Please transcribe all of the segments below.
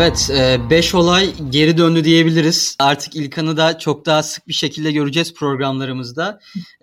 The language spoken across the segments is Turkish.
Evet, 5 olay geri döndü diyebiliriz. Artık İlkan'ı da çok daha sık bir şekilde göreceğiz programlarımızda.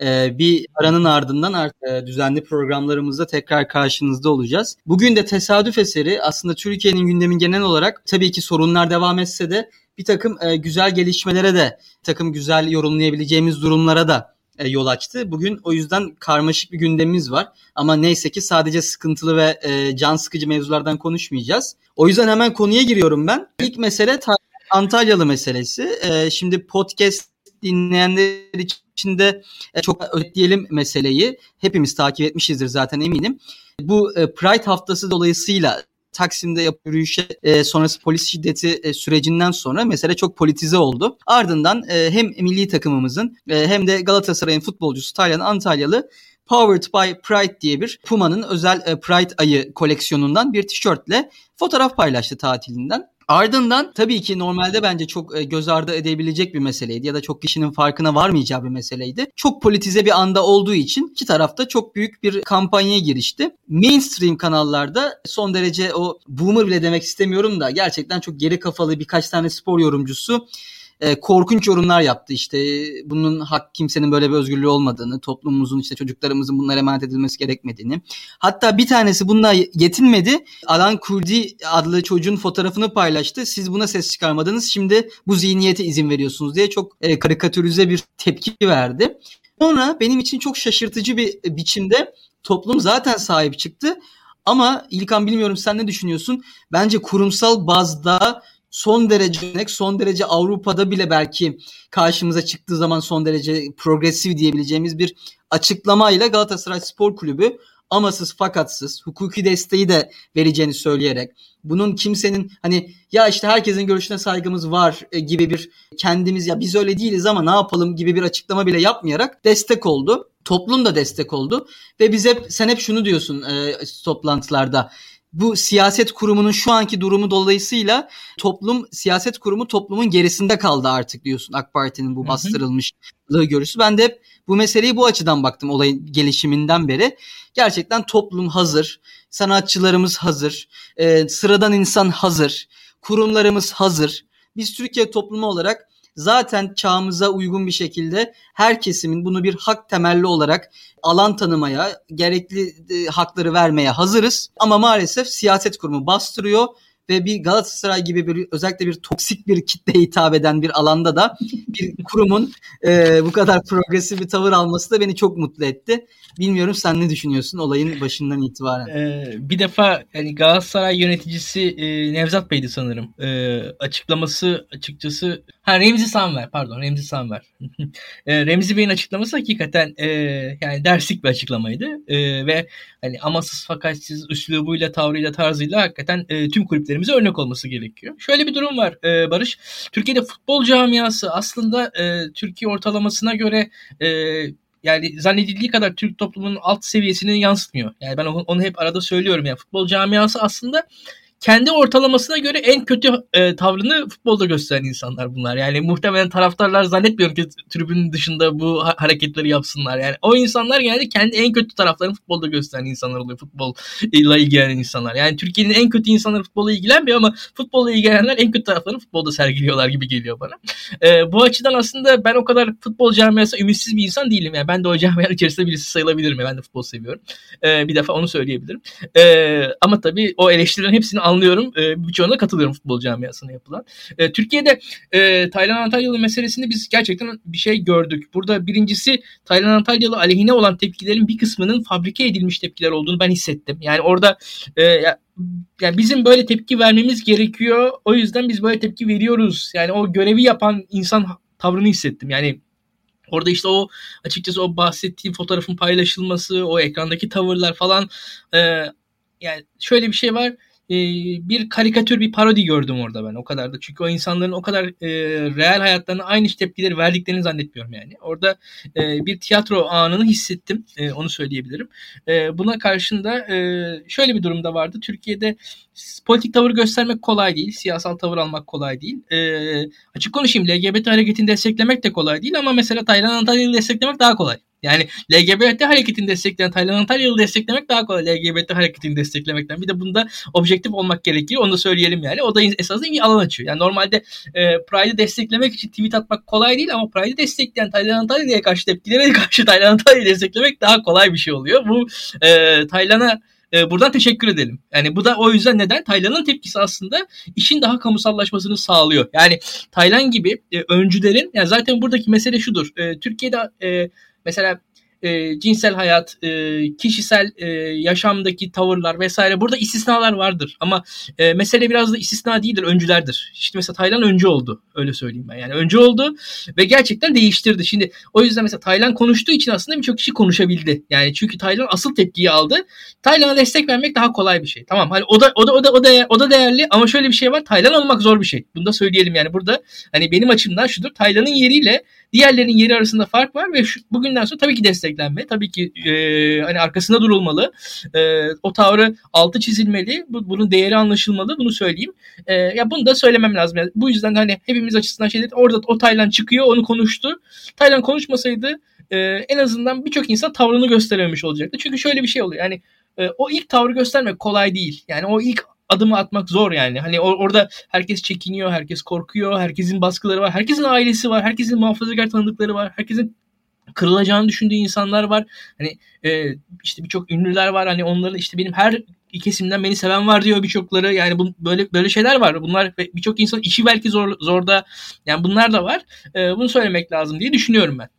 Bir aranın ardından artık düzenli programlarımızda tekrar karşınızda olacağız. Bugün de tesadüf eseri aslında Türkiye'nin gündemi genel olarak tabii ki sorunlar devam etse de bir takım güzel gelişmelere de, bir takım güzel yorumlayabileceğimiz durumlara da yol açtı. Bugün o yüzden karmaşık bir gündemimiz var. Ama neyse ki sadece sıkıntılı ve can sıkıcı mevzulardan konuşmayacağız. O yüzden hemen konuya giriyorum ben. İlk mesele Antalyalı meselesi. Şimdi podcast dinleyenler için de çok özetleyelim meseleyi. Hepimiz takip etmişizdir zaten eminim. Bu Pride haftası dolayısıyla Taksim'de yürüyüşe sonrası polis şiddeti sürecinden sonra mesele çok politize oldu. Ardından hem milli takımımızın hem de Galatasaray'ın futbolcusu Taylan Antalyalı Powered by Pride diye bir Puma'nın özel Pride ayı koleksiyonundan bir tişörtle fotoğraf paylaştı tatilinden. Ardından tabii ki normalde bence çok göz ardı edebilecek bir meseleydi ya da çok kişinin farkına varmayacağı bir meseleydi. Çok politize bir anda olduğu için iki tarafta çok büyük bir kampanyaya girişti. Mainstream kanallarda son derece o boomer bile demek istemiyorum da gerçekten çok geri kafalı birkaç tane spor yorumcusu korkunç yorumlar yaptı. İşte bunun kimsenin böyle bir özgürlüğü olmadığını, toplumumuzun işte çocuklarımızın bunlara emanet edilmesi gerekmediğini. Hatta bir tanesi bununla yetinmedi. Alan Kurdi adlı çocuğun fotoğrafını paylaştı. Siz buna ses çıkarmadınız. Şimdi bu zihniyete izin veriyorsunuz diye çok karikatürize bir tepki verdi. Sonra benim için çok şaşırtıcı bir biçimde toplum zaten sahip çıktı. Ama İlkan bilmiyorum sen ne düşünüyorsun? Bence kurumsal bazda son derece Avrupa'da bile belki karşımıza çıktığı zaman son derece progresif diyebileceğimiz bir açıklamayla Galatasaray Spor Kulübü amasız fakatsız hukuki desteği de vereceğini söyleyerek bunun kimsenin hani ya işte herkesin görüşüne saygımız var gibi bir kendimiz ya biz öyle değiliz ama ne yapalım gibi bir açıklama bile yapmayarak destek oldu. Toplum da destek oldu ve sen hep şunu diyorsun toplantılarda. Bu siyaset kurumunun şu anki durumu dolayısıyla siyaset kurumu toplumun gerisinde kaldı artık diyorsun AK Parti'nin bu bastırılmışlığı görüşü. Ben de hep bu meseleyi bu açıdan baktım olayın gelişiminden beri. Gerçekten toplum hazır, sanatçılarımız hazır, sıradan insan hazır, kurumlarımız hazır. Biz Türkiye toplumu olarak zaten çağımıza uygun bir şekilde her kesimin bunu bir hak temelli olarak alan tanımaya, gerekli hakları vermeye hazırız. Ama maalesef siyaset kurumu bastırıyor ve bir Galatasaray gibi özellikle bir toksik bir kitleye hitap eden bir alanda da bir kurumun bu kadar progresif bir tavır alması da beni çok mutlu etti. Bilmiyorum sen ne düşünüyorsun olayın başından itibaren? Bir defa yani Galatasaray yöneticisi Nevzat Bey'di sanırım. Açıklaması açıkçası Remzi Sanver. Remzi Bey'in açıklaması hakikaten yani derslik bir açıklamaydı. Ve hani amasız fakatsız üslubuyla, tavrıyla, tarzıyla hakikaten tüm kulüplerimize örnek olması gerekiyor. Şöyle bir durum var Barış. Türkiye'de futbol camiası aslında Türkiye ortalamasına göre yani zannedildiği kadar Türk toplumunun alt seviyesini yansıtmıyor. Yani ben onu hep arada söylüyorum. Yani futbol camiası aslında kendi ortalamasına göre en kötü tavrını futbolda gösteren insanlar bunlar. Yani muhtemelen taraftarlar zannetmiyorum ki tribünün dışında bu hareketleri yapsınlar. Yani o insanlar yani kendi en kötü taraflarını futbolda gösteren insanlar oluyor. Futbolla ilgilenen insanlar. Yani Türkiye'nin en kötü insanları futbolla ilgilenmiyor ama futbolla ilgilenenler en kötü taraflarını futbolda sergiliyorlar gibi geliyor bana. Bu açıdan aslında ben o kadar futbol camiası ümitsiz bir insan değilim. Yani ben de o camianın içerisinde birisi sayılabilirim. Ben de futbol seviyorum. Bir defa onu söyleyebilirim. Ama tabii o eleştirilerin hepsini anlıyorum. Birçoğuna katılıyorum futbol camiasına yapılan. Türkiye'de Taylan Antalyalı meselesinde biz gerçekten bir şey gördük. Burada birincisi Taylan Antalyalı aleyhine olan tepkilerin bir kısmının fabrike edilmiş tepkiler olduğunu ben hissettim. Yani orada yani bizim böyle tepki vermemiz gerekiyor. O yüzden biz böyle tepki veriyoruz. Yani o görevi yapan insan tavrını hissettim. Yani orada işte o açıkçası o bahsettiğim fotoğrafın paylaşılması, o ekrandaki tavırlar falan yani şöyle bir şey var. Bir karikatür, bir parodi gördüm orada ben o kadar da. Çünkü o insanların o kadar real hayatlarına aynı tepkileri verdiklerini zannetmiyorum yani. Orada bir tiyatro anını hissettim. Onu söyleyebilirim. Buna karşında şöyle bir durumda vardı. Türkiye'de politik tavır göstermek kolay değil. Siyasal tavır almak kolay değil. Açık konuşayım, LGBT hareketini desteklemek de kolay değil ama mesela Taylan Antalyalı'yı desteklemek daha kolay. Yani LGBT hareketini destekleyen Taylan Antalyalı'yı desteklemek daha kolay LGBT hareketini desteklemekten. Bir de bunda objektif olmak gerekiyor. Onu da söyleyelim yani. O da esasında bir alan açıyor. Yani normalde Pride'ı desteklemek için tweet atmak kolay değil ama Pride'ı destekleyen Taylan Antalyalı'ya karşı tepkilere karşı Taylan Antalya'yı desteklemek daha kolay bir şey oluyor. Bu Taylan'a buradan teşekkür edelim. Yani bu da o yüzden neden? Taylan'ın tepkisi aslında işin daha kamusallaşmasını sağlıyor. Yani Taylan gibi öncülerin, yani zaten buradaki mesele şudur. Türkiye'de mesela cinsel hayat, kişisel yaşamdaki tavırlar vesaire, burada istisnalar vardır. Ama mesele biraz da istisna değildir, öncülerdir. İşte mesela Taylan öncü oldu. Öyle söyleyeyim ben. Yani öncü oldu ve gerçekten değiştirdi. Şimdi o yüzden mesela Taylan konuştuğu için aslında birçok kişi konuşabildi. Yani çünkü Taylan asıl tepkiyi aldı. Taylan'a destek vermek daha kolay bir şey. Tamam, hani o da değerli ama şöyle bir şey var. Taylan olmak zor bir şey. Bunu da söyleyelim yani. Burada hani benim açımdan şudur. Taylan'ın yeriyle diğerlerinin yeri arasında fark var ve bugünden sonra tabii ki desteklenme, tabii ki hani arkasında durulmalı, o tavrı altı çizilmeli, bunun değeri anlaşılmalı, bunu söyleyeyim. Ya bunu da söylemem lazım. Yani bu yüzden hani hepimiz açısından orada o Taylan çıkıyor, onu konuştu. Taylan konuşmasaydı en azından birçok insan tavrını gösterememiş olacaktı. Çünkü şöyle bir şey oluyor. Yani o ilk tavrı göstermek kolay değil. Yani o ilk adımı atmak zor yani. Hani orada herkes çekiniyor, herkes korkuyor, herkesin baskıları var, herkesin ailesi var, herkesin muhafazakar tanıdıkları var, herkesin kırılacağını düşündüğü insanlar var. Hani işte birçok ünlüler var. Hani onların işte benim her kesimden beni seven var diyor birçokları. Yani böyle şeyler var. Bunlar birçok insan işi belki zorda. Yani bunlar da var. Bunu söylemek lazım diye düşünüyorum ben.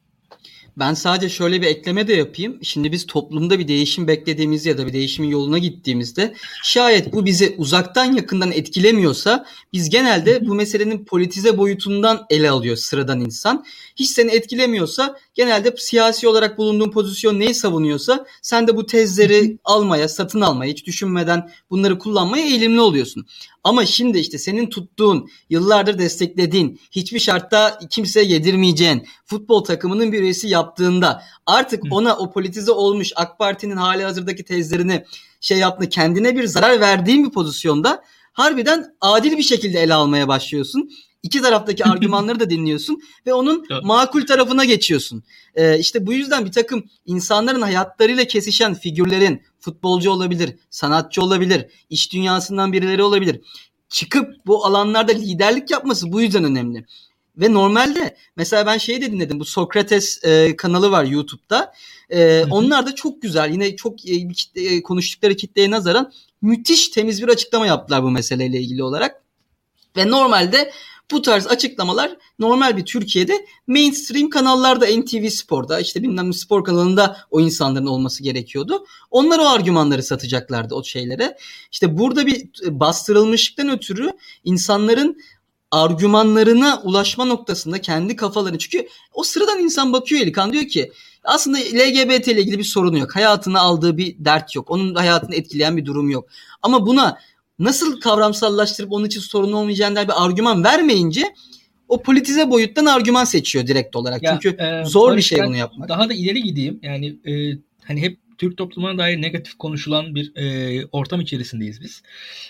Ben sadece şöyle bir ekleme de yapayım. Şimdi biz toplumda bir değişim beklediğimizde ya da bir değişimin yoluna gittiğimizde şayet bu bizi uzaktan yakından etkilemiyorsa biz genelde bu meselenin politize boyutundan ele alıyor sıradan insan. Hiç seni etkilemiyorsa genelde siyasi olarak bulunduğun pozisyon neyi savunuyorsa sen de bu tezleri almaya, satın almaya, hiç düşünmeden bunları kullanmaya eğilimli oluyorsun. Ama şimdi işte senin tuttuğun, yıllardır desteklediğin, hiçbir şartta kimseye yedirmeyeceğin futbol takımının bir üyesi yaptığında artık ona o politize olmuş AK Parti'nin hali hazırdaki tezlerini kendine bir zarar verdiğin bir pozisyonda harbiden adil bir şekilde ele almaya başlıyorsun. İki taraftaki argümanları da dinliyorsun ve onun makul tarafına geçiyorsun. İşte bu yüzden bir takım insanların hayatlarıyla kesişen figürlerin, futbolcu olabilir, sanatçı olabilir, iş dünyasından birileri olabilir, çıkıp bu alanlarda liderlik yapması bu yüzden önemli. Ve normalde mesela ben de dinledim, bu Sokrates kanalı var YouTube'da. Onlar da çok güzel, yine çok konuştukları kitleye nazaran müthiş temiz bir açıklama yaptılar bu meseleyle ilgili olarak. Ve normalde bu tarz açıklamalar normal bir Türkiye'de mainstream kanallarda, NTV Spor'da, işte bilmem spor kanalında o insanların olması gerekiyordu. Onlar o argümanları satacaklardı o şeylere. İşte burada bir bastırılmışlıktan ötürü insanların argümanlarına ulaşma noktasında kendi kafaları, çünkü o sıradan insan bakıyor İlkan, diyor ki aslında LGBT ile ilgili bir sorunu yok. Hayatına aldığı bir dert yok. Onun hayatını etkileyen bir durum yok. Ama buna nasıl kavramsallaştırıp onun için sorun olmayacağından bir argüman vermeyince o politize boyuttan argüman seçiyor direkt olarak. Ya, çünkü zor bir şey bunu yapmak. Daha da ileri gideyim. Yani hani hep Türk toplumuna dair negatif konuşulan bir ortam içerisindeyiz biz.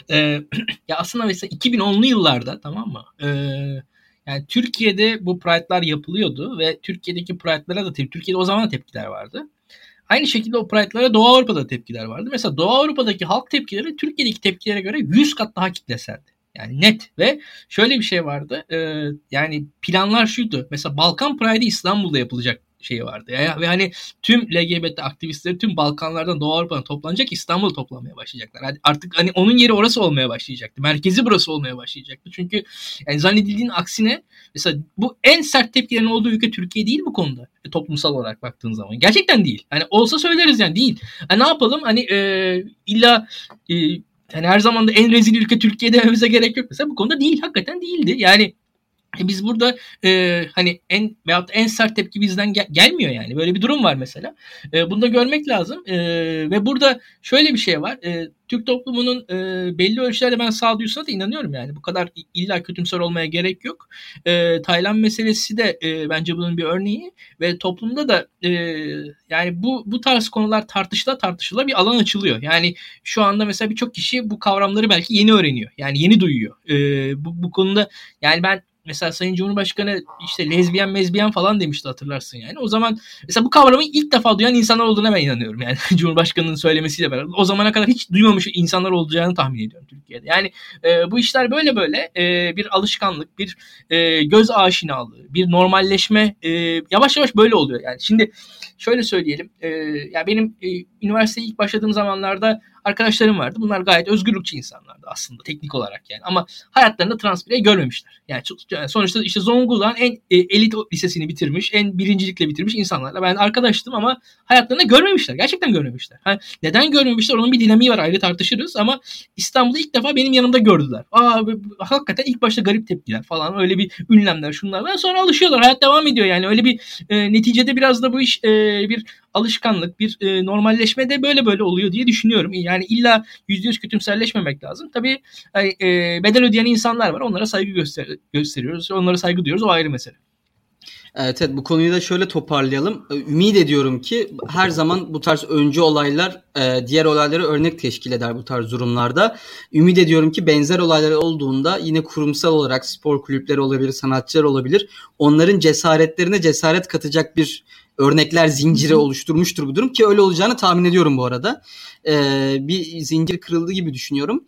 Ya aslında mesela 2010'lu yıllarda, tamam mı? Yani Türkiye'de bu Pride'lar yapılıyordu ve Türkiye'deki Pride'lara da Türkiye'de o zaman da tepkiler vardı. Aynı şekilde o Pride'lara Doğu Avrupa'da tepkiler vardı. Mesela Doğu Avrupa'daki halk tepkileri Türkiye'deki tepkilere göre 100 kat daha kitleseldi. Yani net. Ve şöyle bir şey vardı. Yani planlar şuydu. Mesela Balkan Pride'i İstanbul'da yapılacak şeyi vardı. Yani, ve hani tüm LGBT aktivistleri tüm Balkanlardan Doğu Avrupa'dan toplanacak, İstanbul'da toplanmaya başlayacaklar. Yani artık hani onun yeri orası olmaya başlayacaktı. Merkezi burası olmaya başlayacaktı. Çünkü yani zannedildiğin aksine mesela bu en sert tepkilerin olduğu ülke Türkiye değil bu konuda. Toplumsal olarak baktığın zaman. Gerçekten değil. Hani olsa söyleriz yani, değil. Ne yapalım? Hani illa yani her zaman da en rezil ülke Türkiye dememize gerek yok. Mesela bu konuda değil. Hakikaten değildi. Yani Biz burada hani en sert tepki bizden gelmiyor yani. Böyle bir durum var mesela. Bunu da görmek lazım. Ve burada şöyle bir şey var. Türk toplumunun belli ölçülerde ben sağduyusuna da inanıyorum yani. Bu kadar illa kötümser olmaya gerek yok. Taylan meselesi de bence bunun bir örneği ve toplumda da yani bu tarz konular tartışıla bir alan açılıyor. Yani şu anda mesela birçok kişi bu kavramları belki yeni öğreniyor. Yani yeni duyuyor. Bu konuda yani ben mesela Sayın Cumhurbaşkanı işte lezbiyen falan demişti, hatırlarsın yani. O zaman mesela bu kavramı ilk defa duyan insanlar olduğuna ben inanıyorum yani. Cumhurbaşkanının söylemesiyle beraber. O zamana kadar hiç duymamış insanlar olacağını tahmin ediyorum Türkiye'de. Yani bu işler böyle bir alışkanlık, bir göz aşinalığı, bir normalleşme yavaş yavaş böyle oluyor yani. Şimdi şöyle söyleyelim. Ya benim üniversiteye ilk başladığım zamanlarda arkadaşlarım vardı. Bunlar gayet özgürlükçü insanlardı aslında teknik olarak yani. Ama hayatlarında trans birey görmemişler. Yani sonuçta işte Zonguldak'ın en elit lisesini bitirmiş, en birincilikle bitirmiş insanlarla ben arkadaştım ama hayatlarında görmemişler. Gerçekten görmemişler. Yani neden görmemişler? Onun bir dinamiği var, ayrı tartışırız ama İstanbul'da ilk defa benim yanımda gördüler. Hakikaten ilk başta garip tepkiler falan, öyle bir ünlemler şunlar. Ben sonra alışıyorlar. Hayat devam ediyor yani. Öyle bir neticede biraz da bu iş bir alışkanlık, bir normalleşme de böyle oluyor diye düşünüyorum. Yani illa %100 kötümserleşmemek lazım. Tabii bedel ödeyen insanlar var. Onlara saygı gösteriyoruz. Onlara saygı duyuyoruz. O ayrı mesele. Evet, bu konuyu da şöyle toparlayalım. Ümit ediyorum ki her zaman bu tarz öncü olaylar diğer olaylara örnek teşkil eder bu tarz durumlarda. Ümit ediyorum ki benzer olaylar olduğunda yine kurumsal olarak spor kulüpleri olabilir, sanatçılar olabilir. Onların cesaretlerine cesaret katacak bir örnekler zinciri oluşturmuştur bu durum ki öyle olacağını tahmin ediyorum bu arada. Bir zincir kırıldı gibi düşünüyorum.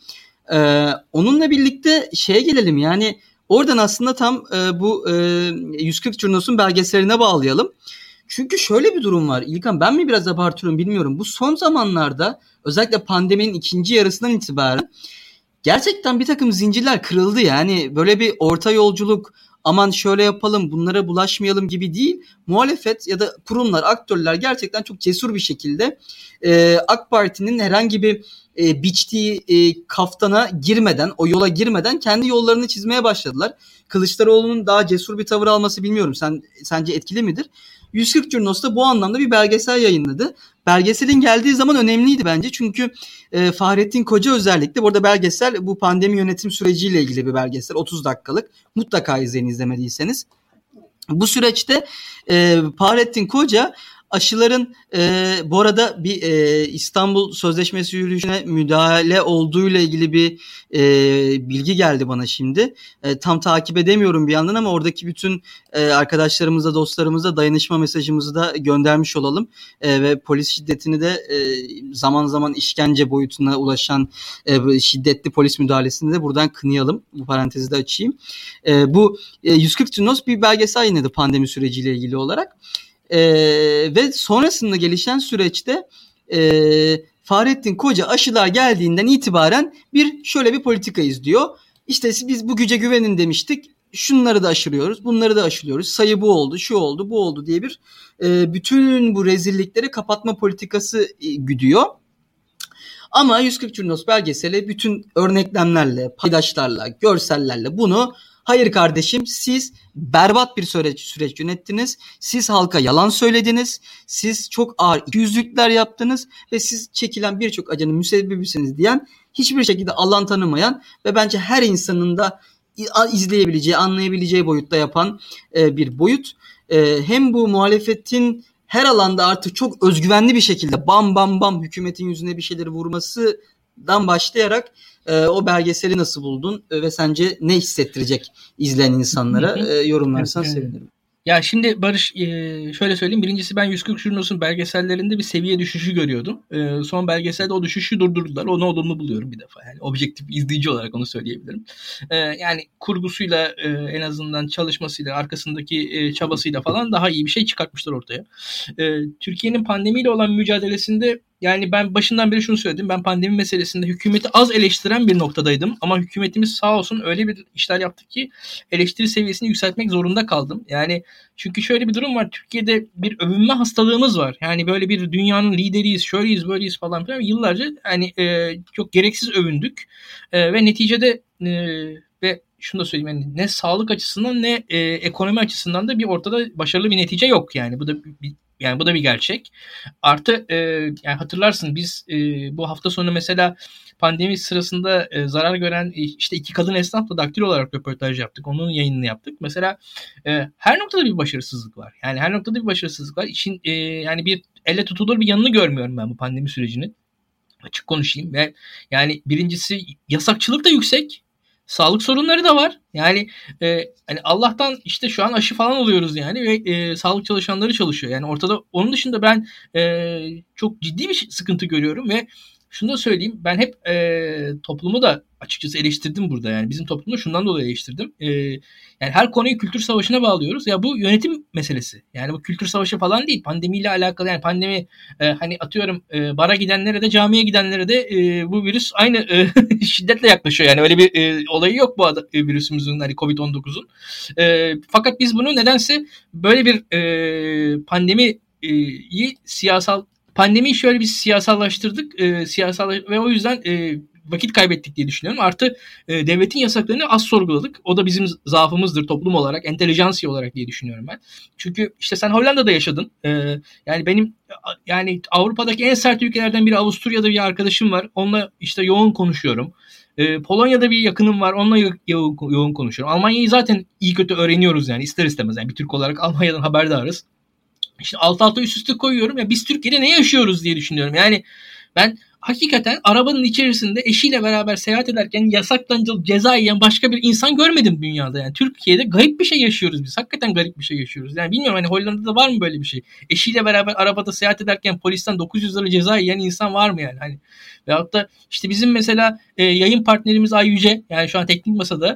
Onunla birlikte şeye gelelim yani oradan aslında tam bu 140 Curnos'un belgeseline bağlayalım. Çünkü şöyle bir durum var. İlkan, ben mi biraz abartıyorum bilmiyorum. Bu son zamanlarda özellikle pandeminin ikinci yarısından itibaren gerçekten bir takım zincirler kırıldı. Yani böyle bir orta yolculuk, aman şöyle yapalım, bunlara bulaşmayalım gibi değil. Muhalefet ya da kurumlar, aktörler gerçekten çok cesur bir şekilde AK Parti'nin herhangi bir biçtiği kaftana girmeden, o yola girmeden kendi yollarını çizmeye başladılar. Kılıçdaroğlu'nun daha cesur bir tavır alması bilmiyorum. Sence etkili midir? 140 Curnos da bu anlamda bir belgesel yayınladı. Belgeselin geldiği zaman önemliydi bence. Çünkü Fahrettin Koca özellikle, bu arada belgesel bu pandemi yönetim süreciyle ilgili bir belgesel. 30 dakikalık. Mutlaka izleyin izlemediyseniz. Bu süreçte Fahrettin Koca aşıların bu arada bir İstanbul Sözleşmesi yürüyüşüne müdahale olduğuyla ilgili bir bilgi geldi bana şimdi. Tam takip edemiyorum bir yandan ama oradaki bütün arkadaşlarımıza, dostlarımıza dayanışma mesajımızı da göndermiş olalım. Ve polis şiddetini de zaman zaman işkence boyutuna ulaşan şiddetli polis müdahalesini de buradan kınayalım. Bu parantezi de açayım. Bu 140 Curnos bir belgesel yayınladı pandemi süreciyle ilgili olarak. Ve sonrasında gelişen süreçte Fahrettin Koca aşılar geldiğinden itibaren şöyle bir politika izliyor. İşte biz bu güce güvenin demiştik. Şunları da aşılıyoruz, bunları da aşılıyoruz. Sayı bu oldu, şu oldu, bu oldu diye bir bütün bu rezillikleri kapatma politikası güdüyor. Ama 140 Curnos belgeseli bütün örneklemlerle, paydaşlarla, görsellerle bunu, hayır kardeşim, siz berbat bir süreç yönettiniz. Siz halka yalan söylediniz. Siz çok ağır ikiyüzlülükler yaptınız ve siz çekilen birçok acının müsebbibisiniz diyen, hiçbir şekilde Allah'ın tanımayan ve bence her insanın da izleyebileceği, anlayabileceği boyutta yapan bir boyut. Hem bu muhalefetin her alanda artık çok özgüvenli bir şekilde bam bam bam hükümetin yüzüne bir şeyleri vurmasından başlayarak o belgeseli nasıl buldun ve sence ne hissettirecek izleyen insanlara, yorumlarsan sevinirim. Ya şimdi Barış, şöyle söyleyeyim. Birincisi, ben 140 Curnos'un belgesellerinde bir seviye düşüşü görüyordum. Son belgeselde o düşüşü durdurdular. O ne olduğunu buluyorum bir defa. Yani objektif izleyici olarak onu söyleyebilirim. Yani kurgusuyla, en azından çalışmasıyla, arkasındaki çabasıyla falan daha iyi bir şey çıkartmışlar ortaya. Türkiye'nin pandemiyle olan mücadelesinde, yani ben başından beri şunu söyledim. Ben pandemi meselesinde hükümeti az eleştiren bir noktadaydım. Ama hükümetimiz sağ olsun öyle bir işler yaptı ki eleştiri seviyesini yükseltmek zorunda kaldım. Yani çünkü şöyle bir durum var. Türkiye'de bir övünme hastalığımız var. Yani böyle bir dünyanın lideriyiz, şöyleyiz, böyleyiz falan filan. Yıllarca hani çok gereksiz övündük. Ve neticede ve şunu da söyleyeyim, yani ne sağlık açısından ne ekonomi açısından da bir ortada başarılı bir netice yok yani. Bu da bir gerçek. Artı yani hatırlarsın biz bu hafta sonu mesela pandemi sırasında zarar gören işte 2 kadın esnafla daktilo olarak röportaj yaptık. Onun yayınını yaptık. Mesela her noktada bir başarısızlık var. Yani her noktada bir başarısızlık var. İşin yani bir elle tutulur bir yanını görmüyorum ben bu pandemi sürecinin. Açık konuşayım ve yani birincisi yasakçılık da yüksek. Sağlık sorunları da var. Yani hani Allah'tan işte şu an aşı falan oluyoruz yani ve sağlık çalışanları çalışıyor. Yani ortada, onun dışında ben çok ciddi bir sıkıntı görüyorum ve şunu da söyleyeyim, ben hep toplumu da açıkçası eleştirdim burada. Yani bizim toplumu şundan dolayı eleştirdim. Yani her konuyu kültür savaşına bağlıyoruz. Ya bu yönetim meselesi. Yani bu kültür savaşı falan değil. Pandemiyle alakalı, yani pandemi hani atıyorum bara gidenlere de camiye gidenlere de bu virüs aynı şiddetle yaklaşıyor. Yani öyle bir olayı yok bu virüsümüzün, hani Covid-19'un. Fakat biz bunu nedense böyle bir pandemiyi şöyle bir siyasallaştırdık. Ve o yüzden vakit kaybettik diye düşünüyorum. Artı devletin yasaklarını az sorguladık. O da bizim zaafımızdır toplum olarak, entelijansiye olarak diye düşünüyorum ben. Çünkü işte sen Hollanda'da yaşadın. Yani benim yani Avrupa'daki en sert ülkelerden biri Avusturya'da bir arkadaşım var. Onunla işte yoğun konuşuyorum. Polonya'da bir yakınım var. Onunla yoğun konuşuyorum. Almanya'yı zaten iyi kötü öğreniyoruz yani ister istemez. Yani bir Türk olarak Almanya'dan haberdarız. İşte alt alta üst üste koyuyorum ya, biz Türkiye'de ne yaşıyoruz diye düşünüyorum. Yani ben hakikaten arabanın içerisinde eşiyle beraber seyahat ederken yasaklanacak ceza yiyen başka bir insan görmedim dünyada. Yani Türkiye'de garip bir şey yaşıyoruz biz. Hakikaten garip bir şey yaşıyoruz. Yani bilmiyorum, hani Hollanda'da var mı böyle bir şey? Eşiyle beraber arabada seyahat ederken polisten 900 lira ceza yiyen insan var mı yani? Hani veyahut da işte bizim mesela yayın partnerimiz Ay Yüce, yani şu an teknik masada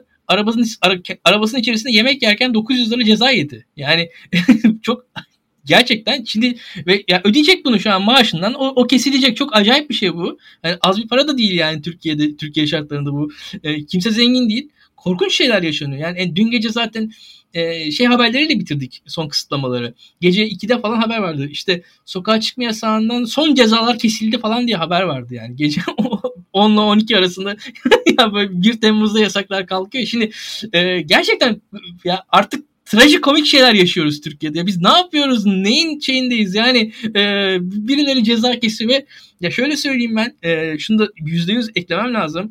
arabasının içerisinde yemek yerken 900 lira ceza yedi. Yani çok gerçekten şimdi ve ya ödeyecek bunu şu an maaşından, o kesilecek, çok acayip bir şey bu. Yani az bir para da değil yani Türkiye şartlarında bu. Kimse zengin değil. Korkunç şeyler yaşanıyor. Yani dün gece zaten haberleriyle bitirdik son kısıtlamaları. Gece 2'de falan haber vardı. İşte sokağa çıkma yasağından son cezalar kesildi falan diye haber vardı yani. Gece 10 ile 12 arasında ya böyle 1 Temmuz'da yasaklar kalkıyor. Şimdi gerçekten ya artık trajikomik şeyler yaşıyoruz Türkiye'de. Biz ne yapıyoruz? Neyin şeyindeyiz? Yani birileri ceza kesiyor ve ya şöyle söyleyeyim ben, şunu da %100 eklemem lazım.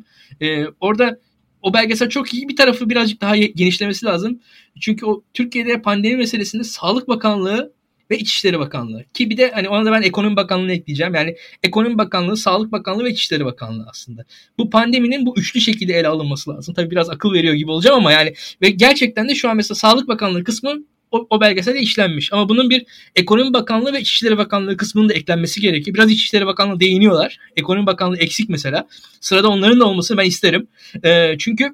Orada o belgesel çok iyi, bir tarafı birazcık daha genişlemesi lazım. Çünkü o Türkiye'de pandemi meselesinde Sağlık Bakanlığı ve İçişleri Bakanlığı, ki bir de hani ona da ben Ekonomi Bakanlığı'nı ekleyeceğim. Yani Ekonomi Bakanlığı, Sağlık Bakanlığı ve İçişleri Bakanlığı aslında. Bu pandeminin bu üçlü şekilde ele alınması lazım. Tabii biraz akıl veriyor gibi olacağım ama yani ve gerçekten de şu an mesela Sağlık Bakanlığı kısmı o belgeselde işlenmiş. Ama bunun bir Ekonomi Bakanlığı ve İçişleri Bakanlığı kısmının da eklenmesi gerekiyor. Biraz İçişleri Bakanlığı değiniyorlar. Ekonomi Bakanlığı eksik mesela. Sırada onların da olmasını ben isterim. Çünkü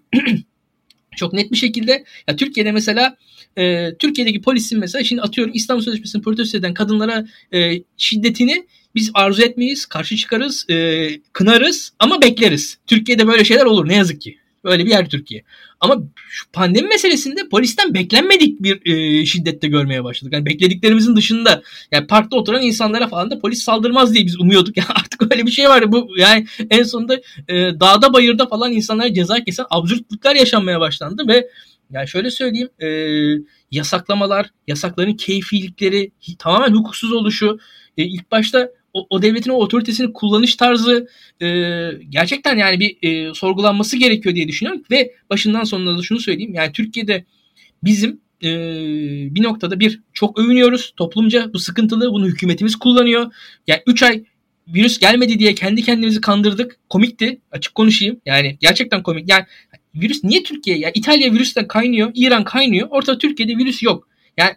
çok net bir şekilde ya Türkiye'de mesela Türkiye'deki polisin mesela, şimdi atıyorum İstanbul Sözleşmesi'ni protesto eden kadınlara şiddetini biz arzu etmeyiz, karşı çıkarız, kınarız ama bekleriz. Türkiye'de böyle şeyler olur ne yazık ki. Böyle bir yer Türkiye. Ama şu pandemi meselesinde polisten beklenmedik bir şiddette görmeye başladık. Yani beklediklerimizin dışında, yani parkta oturan insanlara falan da polis saldırmaz diye biz umuyorduk. Yani artık öyle bir şey var. Bu yani en sonunda dağda bayırda falan insanlara ceza kesen absürtlükler yaşanmaya başlandı ve yani şöyle söyleyeyim, yasaklamalar, yasakların keyfilikleri, tamamen hukuksuz oluşu, ilk başta o devletin o otoritesini kullanış tarzı gerçekten yani bir sorgulanması gerekiyor diye düşünüyorum. Ve başından sonuna da şunu söyleyeyim. Yani Türkiye'de bizim bir noktada çok övünüyoruz toplumca bu sıkıntılı. Bunu hükümetimiz kullanıyor. Yani 3 ay virüs gelmedi diye kendi kendimizi kandırdık. Komikti. Açık konuşayım. Yani gerçekten komik. Yani virüs niye Türkiye? Yani İtalya virüsten kaynıyor. İran kaynıyor. Ortada Türkiye'de virüs yok. Yani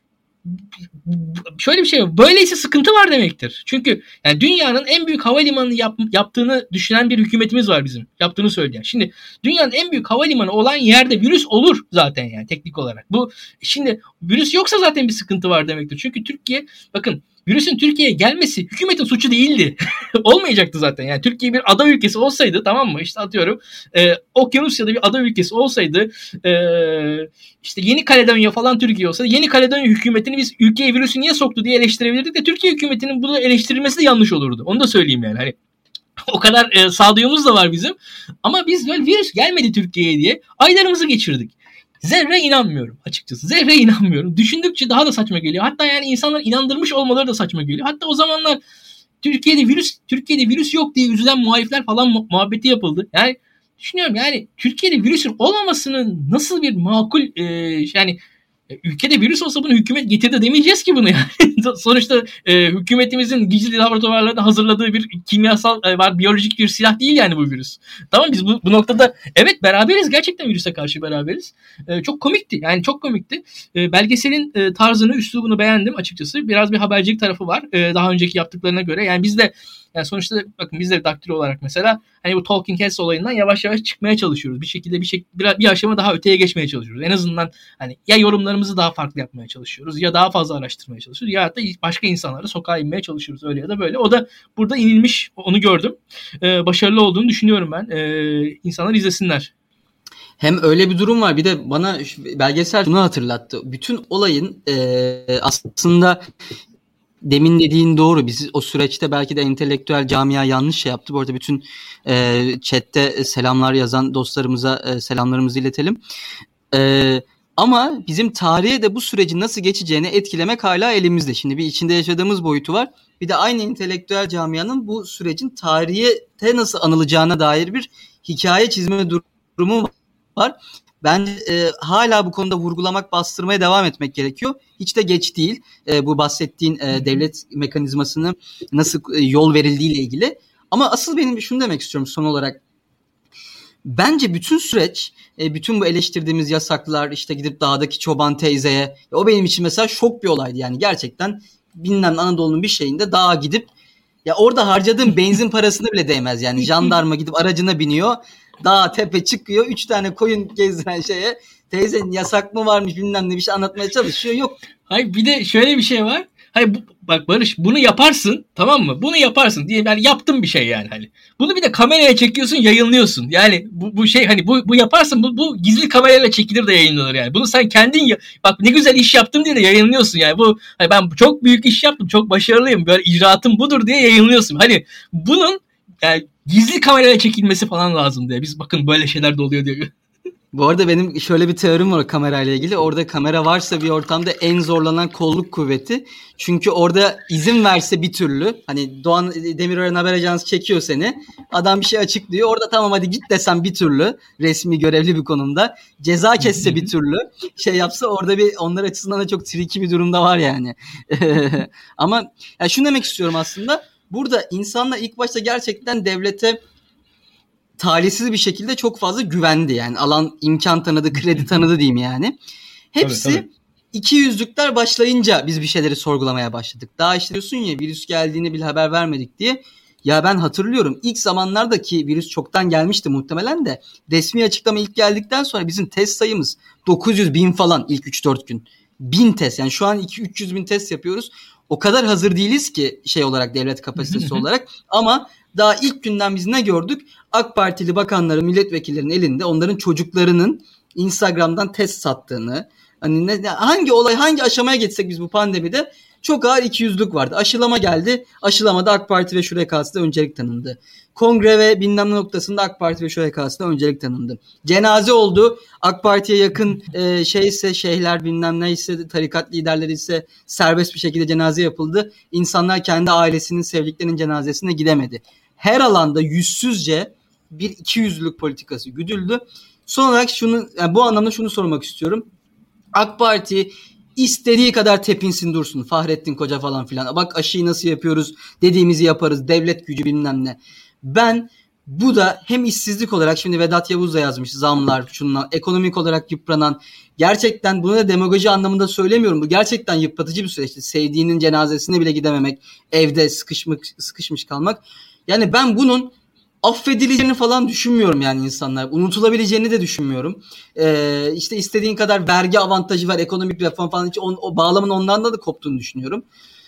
şöyle bir şey var. Böyleyse sıkıntı var demektir. Çünkü yani dünyanın en büyük havalimanını yaptığını düşünen bir hükümetimiz var bizim. Yaptığını söyleyen. Şimdi dünyanın en büyük havalimanı olan yerde virüs olur zaten yani teknik olarak. Bu şimdi virüs yoksa zaten bir sıkıntı var demektir. Çünkü Türkiye, bakın, virüsün Türkiye'ye gelmesi hükümetin suçu değildi. Olmayacaktı zaten. Yani Türkiye bir ada ülkesi olsaydı, tamam mı? İşte atıyorum Okyanusya'da bir ada ülkesi olsaydı, işte Yeni Kaledonya falan Türkiye olsaydı, Yeni Kaledonya hükümetini biz ülkeye virüsü niye soktu diye eleştirebilirdik de Türkiye hükümetinin bunu eleştirilmesi de yanlış olurdu. Onu da söyleyeyim yani. Hani O kadar sağduyumuz da var bizim. Ama biz böyle virüs gelmedi Türkiye'ye diye aylarımızı geçirdik. Zerre inanmıyorum açıkçası. Zerre inanmıyorum. Düşündükçe daha da saçma geliyor. Hatta yani insanlar inandırmış olmaları da saçma geliyor. Hatta o zamanlar Türkiye'de virüs yok diye üzülen muhalifler falan muhabbeti yapıldı. Yani düşünüyorum yani Türkiye'de virüsün olmamasının nasıl bir makul yani ülkede virüs olsa bunu hükümet getirdi demeyeceğiz ki bunu yani. Sonuçta hükümetimizin gizli laboratuvarlarda hazırladığı bir kimyasal var, biyolojik bir silah değil yani bu virüs. Tamam, biz bu noktada evet beraberiz, gerçekten virüse karşı beraberiz. Çok komikti yani, çok komikti. Belgeselin tarzını, üslubunu beğendim açıkçası. Biraz bir habercilik tarafı var daha önceki yaptıklarına göre. Yani biz de yani sonuçta bakın biz de daktilo olarak mesela hani bu Talking Heads olayından yavaş yavaş çıkmaya çalışıyoruz. Bir şekilde bir aşama daha öteye geçmeye çalışıyoruz. En azından hani ya yorumlarımızı daha farklı yapmaya çalışıyoruz, ya daha fazla araştırmaya çalışıyoruz, ya da başka insanlara sokağa inmeye çalışıyoruz, öyle ya da böyle. O da burada inilmiş, onu gördüm. Başarılı olduğunu düşünüyorum ben. İnsanlar izlesinler. Hem öyle bir durum var, bir de bana belgesel şunu hatırlattı. Bütün olayın aslında demin dediğin doğru. Biz o süreçte belki de entelektüel camia yanlış şey yaptı. Bu arada bütün chatte selamlar yazan dostlarımıza selamlarımızı iletelim. Ama bizim tarihe de bu sürecin nasıl geçeceğini etkilemek hala elimizde. Şimdi bir içinde yaşadığımız boyutu var. Bir de aynı entelektüel camianın bu sürecin tarihte nasıl anılacağına dair bir hikaye çizme durumu var. Ben hala bu konuda vurgulamak, bastırmaya devam etmek gerekiyor. Hiç de geç değil. Bu bahsettiğin devlet mekanizmasını nasıl yol verildiğiyle ilgili. Ama asıl benim şunu demek istiyorum son olarak. Bence bütün süreç, bütün bu eleştirdiğimiz yasaklar, işte gidip dağdaki çoban teyzeye, o benim için mesela şok bir olaydı. Yani gerçekten bilmem Anadolu'nun bir şeyinde dağa gidip, ya orada harcadığım benzin parasını bile değmez yani. Jandarma gidip aracına biniyor, dağa tepe çıkıyor, 3 tane koyun gezdiren şeye, teyzenin yasak mı varmış bilmem ne bir şey anlatmaya çalışıyor. Yok. Hayır, bir de şöyle bir şey var. Hayır bak Barış, bunu yaparsın, tamam mı? Bunu yaparsın diye, yani yaptın bir şey yani hani. Bunu bir de kameraya çekiyorsun, yayınlıyorsun. Yani bu şey hani bu yaparsın, bu gizli kamerayla çekilir de yayınlanır yani. Bunu sen kendin bak ne güzel iş yaptım diye de yayınlıyorsun yani. Bu hani ben çok büyük iş yaptım, çok başarılıyım, böyle icraatım budur diye yayınlıyorsun. Hani bunun yani gizli kamerayla çekilmesi falan lazım diye. Biz bakın böyle şeyler de oluyor diye. Bu arada benim şöyle bir teorim var kamerayla ilgili. Orada kamera varsa bir ortamda en zorlanan kolluk kuvveti. Çünkü orada izin verse bir türlü. Hani Doğan Demirören Haber Ajansı çekiyor seni. Adam bir şey açıklıyor. Orada tamam hadi git desem bir türlü. Resmi görevli bir konumda. Ceza kesse bir türlü. Şey yapsa orada bir onlar açısından da çok tricky bir durumda var yani. Ama yani şunu demek istiyorum aslında. Burada insanlar ilk başta gerçekten devlete talihsiz bir şekilde çok fazla güvendi yani. Alan imkan tanıdı, kredi tanıdı diyeyim yani. Hepsi evet. İkiyüzlükler başlayınca biz bir şeyleri sorgulamaya başladık. Daha işte diyorsun ya virüs geldiğini bile haber vermedik diye. Ya ben hatırlıyorum ilk zamanlardaki virüs çoktan gelmişti muhtemelen de. Resmi açıklama ilk geldikten sonra bizim test sayımız 900.000 falan ilk 3-4 gün. 1000 test, yani şu an 200-300 bin test yapıyoruz. O kadar hazır değiliz ki şey olarak, devlet kapasitesi olarak. Ama daha ilk günden biz ne gördük? AK Partili bakanların, milletvekillerinin elinde onların çocuklarının Instagram'dan test sattığını, hani hangi aşamaya geçsek biz bu pandemide çok ağır ikiyüzlülük vardı. Aşılama geldi. Aşılamada AK Parti ve şurekasına öncelik tanındı. Kongre ve bilmem ne noktasında AK Parti ve şurekasına öncelik tanındı. Cenaze oldu. AK Parti'ye yakın şeyhler bilmem neyse, tarikat liderleri ise serbest bir şekilde cenaze yapıldı. İnsanlar kendi ailesinin, sevdiklerinin cenazesine gidemedi. Her alanda yüzsüzce bir ikiyüzlülük politikası güdüldü. Son olarak bu anlamda şunu sormak istiyorum. AK Parti istediği kadar tepinsin dursun. Fahrettin Koca falan filan. Bak aşıyı nasıl yapıyoruz, dediğimizi yaparız. Devlet gücü bilmem ne. Ben bu da hem işsizlik olarak, şimdi Vedat Yavuz da yazmış, zamlar, şunlar, ekonomik olarak yıpranan, gerçekten bunu da demagoji anlamında söylemiyorum. Bu gerçekten yıpratıcı bir süreçti. Sevdiğinin cenazesine bile gidememek, evde sıkışmış kalmak. Yani ben bunun affedileceğini falan düşünmüyorum yani insanlar. Unutulabileceğini de düşünmüyorum. İşte istediğin kadar vergi avantajı var, ekonomik reform falan, hiç o bağlamın ondan da koptuğunu düşünüyorum.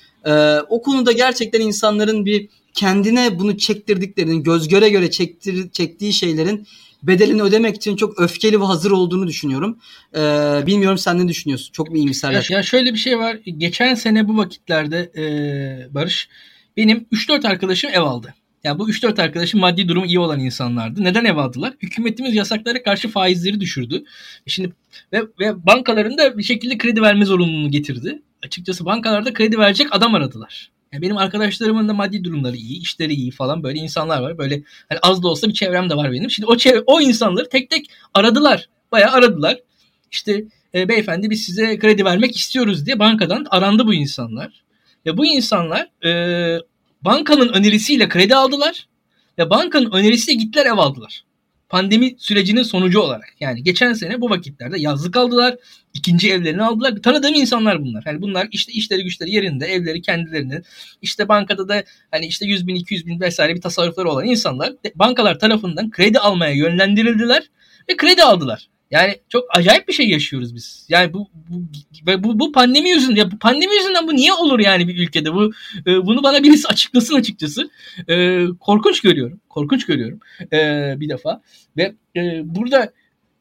O konuda gerçekten insanların bir kendine bunu çektirdiklerinin, göz göre göre çektiği şeylerin bedelini ödemek için çok öfkeli ve hazır olduğunu düşünüyorum. Bilmiyorum, sen ne düşünüyorsun? Çok mu iyimser? Ya şöyle bir şey var. Geçen sene bu vakitlerde Barış, benim 3-4 arkadaşım ev aldı. Yani bu 3-4 arkadaşın maddi durumu iyi olan insanlardı. Neden ev aldılar? Hükümetimiz yasaklara karşı faizleri düşürdü. Şimdi ve bankaların da bir şekilde kredi verme zorunluluğunu getirdi. Açıkçası bankalarda kredi verecek adam aradılar. Yani benim arkadaşlarımın da maddi durumları iyi, işleri iyi falan, böyle insanlar var. Böyle hani az da olsa bir çevrem de var benim. Şimdi o insanları tek tek aradılar. Bayağı aradılar. İşte beyefendi biz size kredi vermek istiyoruz diye bankadan arandı bu insanlar. Ve bu insanlar bankanın önerisiyle kredi aldılar ve bankanın önerisiyle gittiler ev aldılar. Pandemi sürecinin sonucu olarak. Yani geçen sene bu vakitlerde yazlık aldılar, ikinci evlerini aldılar. Tanıdığım insanlar bunlar. Yani bunlar işte işleri güçleri yerinde, evleri kendilerinin, işte bankada da hani işte 100 bin, 200 bin vesaire bir tasarrufları olan insanlar bankalar tarafından kredi almaya yönlendirildiler ve kredi aldılar. Yani çok acayip bir şey yaşıyoruz biz. Yani bu pandemi yüzünden, ya bu pandemi yüzünden bu niye olur yani bir ülkede? Bunu bana birisi açıklasın açıkçası. Korkunç görüyorum. Korkunç görüyorum. Bir defa ve burada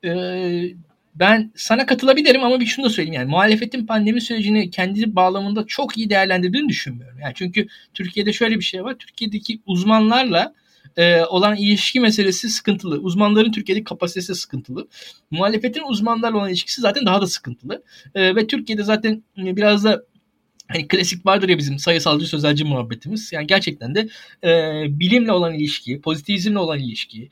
ben sana katılabilirim ama bir şunu da söyleyeyim, yani muhalefetin pandemi sürecini kendi bağlamında çok iyi değerlendirdiğini düşünmüyorum. Yani çünkü Türkiye'de şöyle bir şey var. Türkiye'deki uzmanlarla olan ilişki meselesi sıkıntılı. Uzmanların Türkiye'deki kapasitesi sıkıntılı. Muhalefetin uzmanlarla olan ilişkisi zaten daha da sıkıntılı. Ve Türkiye'de zaten biraz da hani klasik vardır ya bizim sayısalcı sözelci muhabbetimiz. Yani gerçekten de bilimle olan ilişki, pozitivizmle olan ilişki,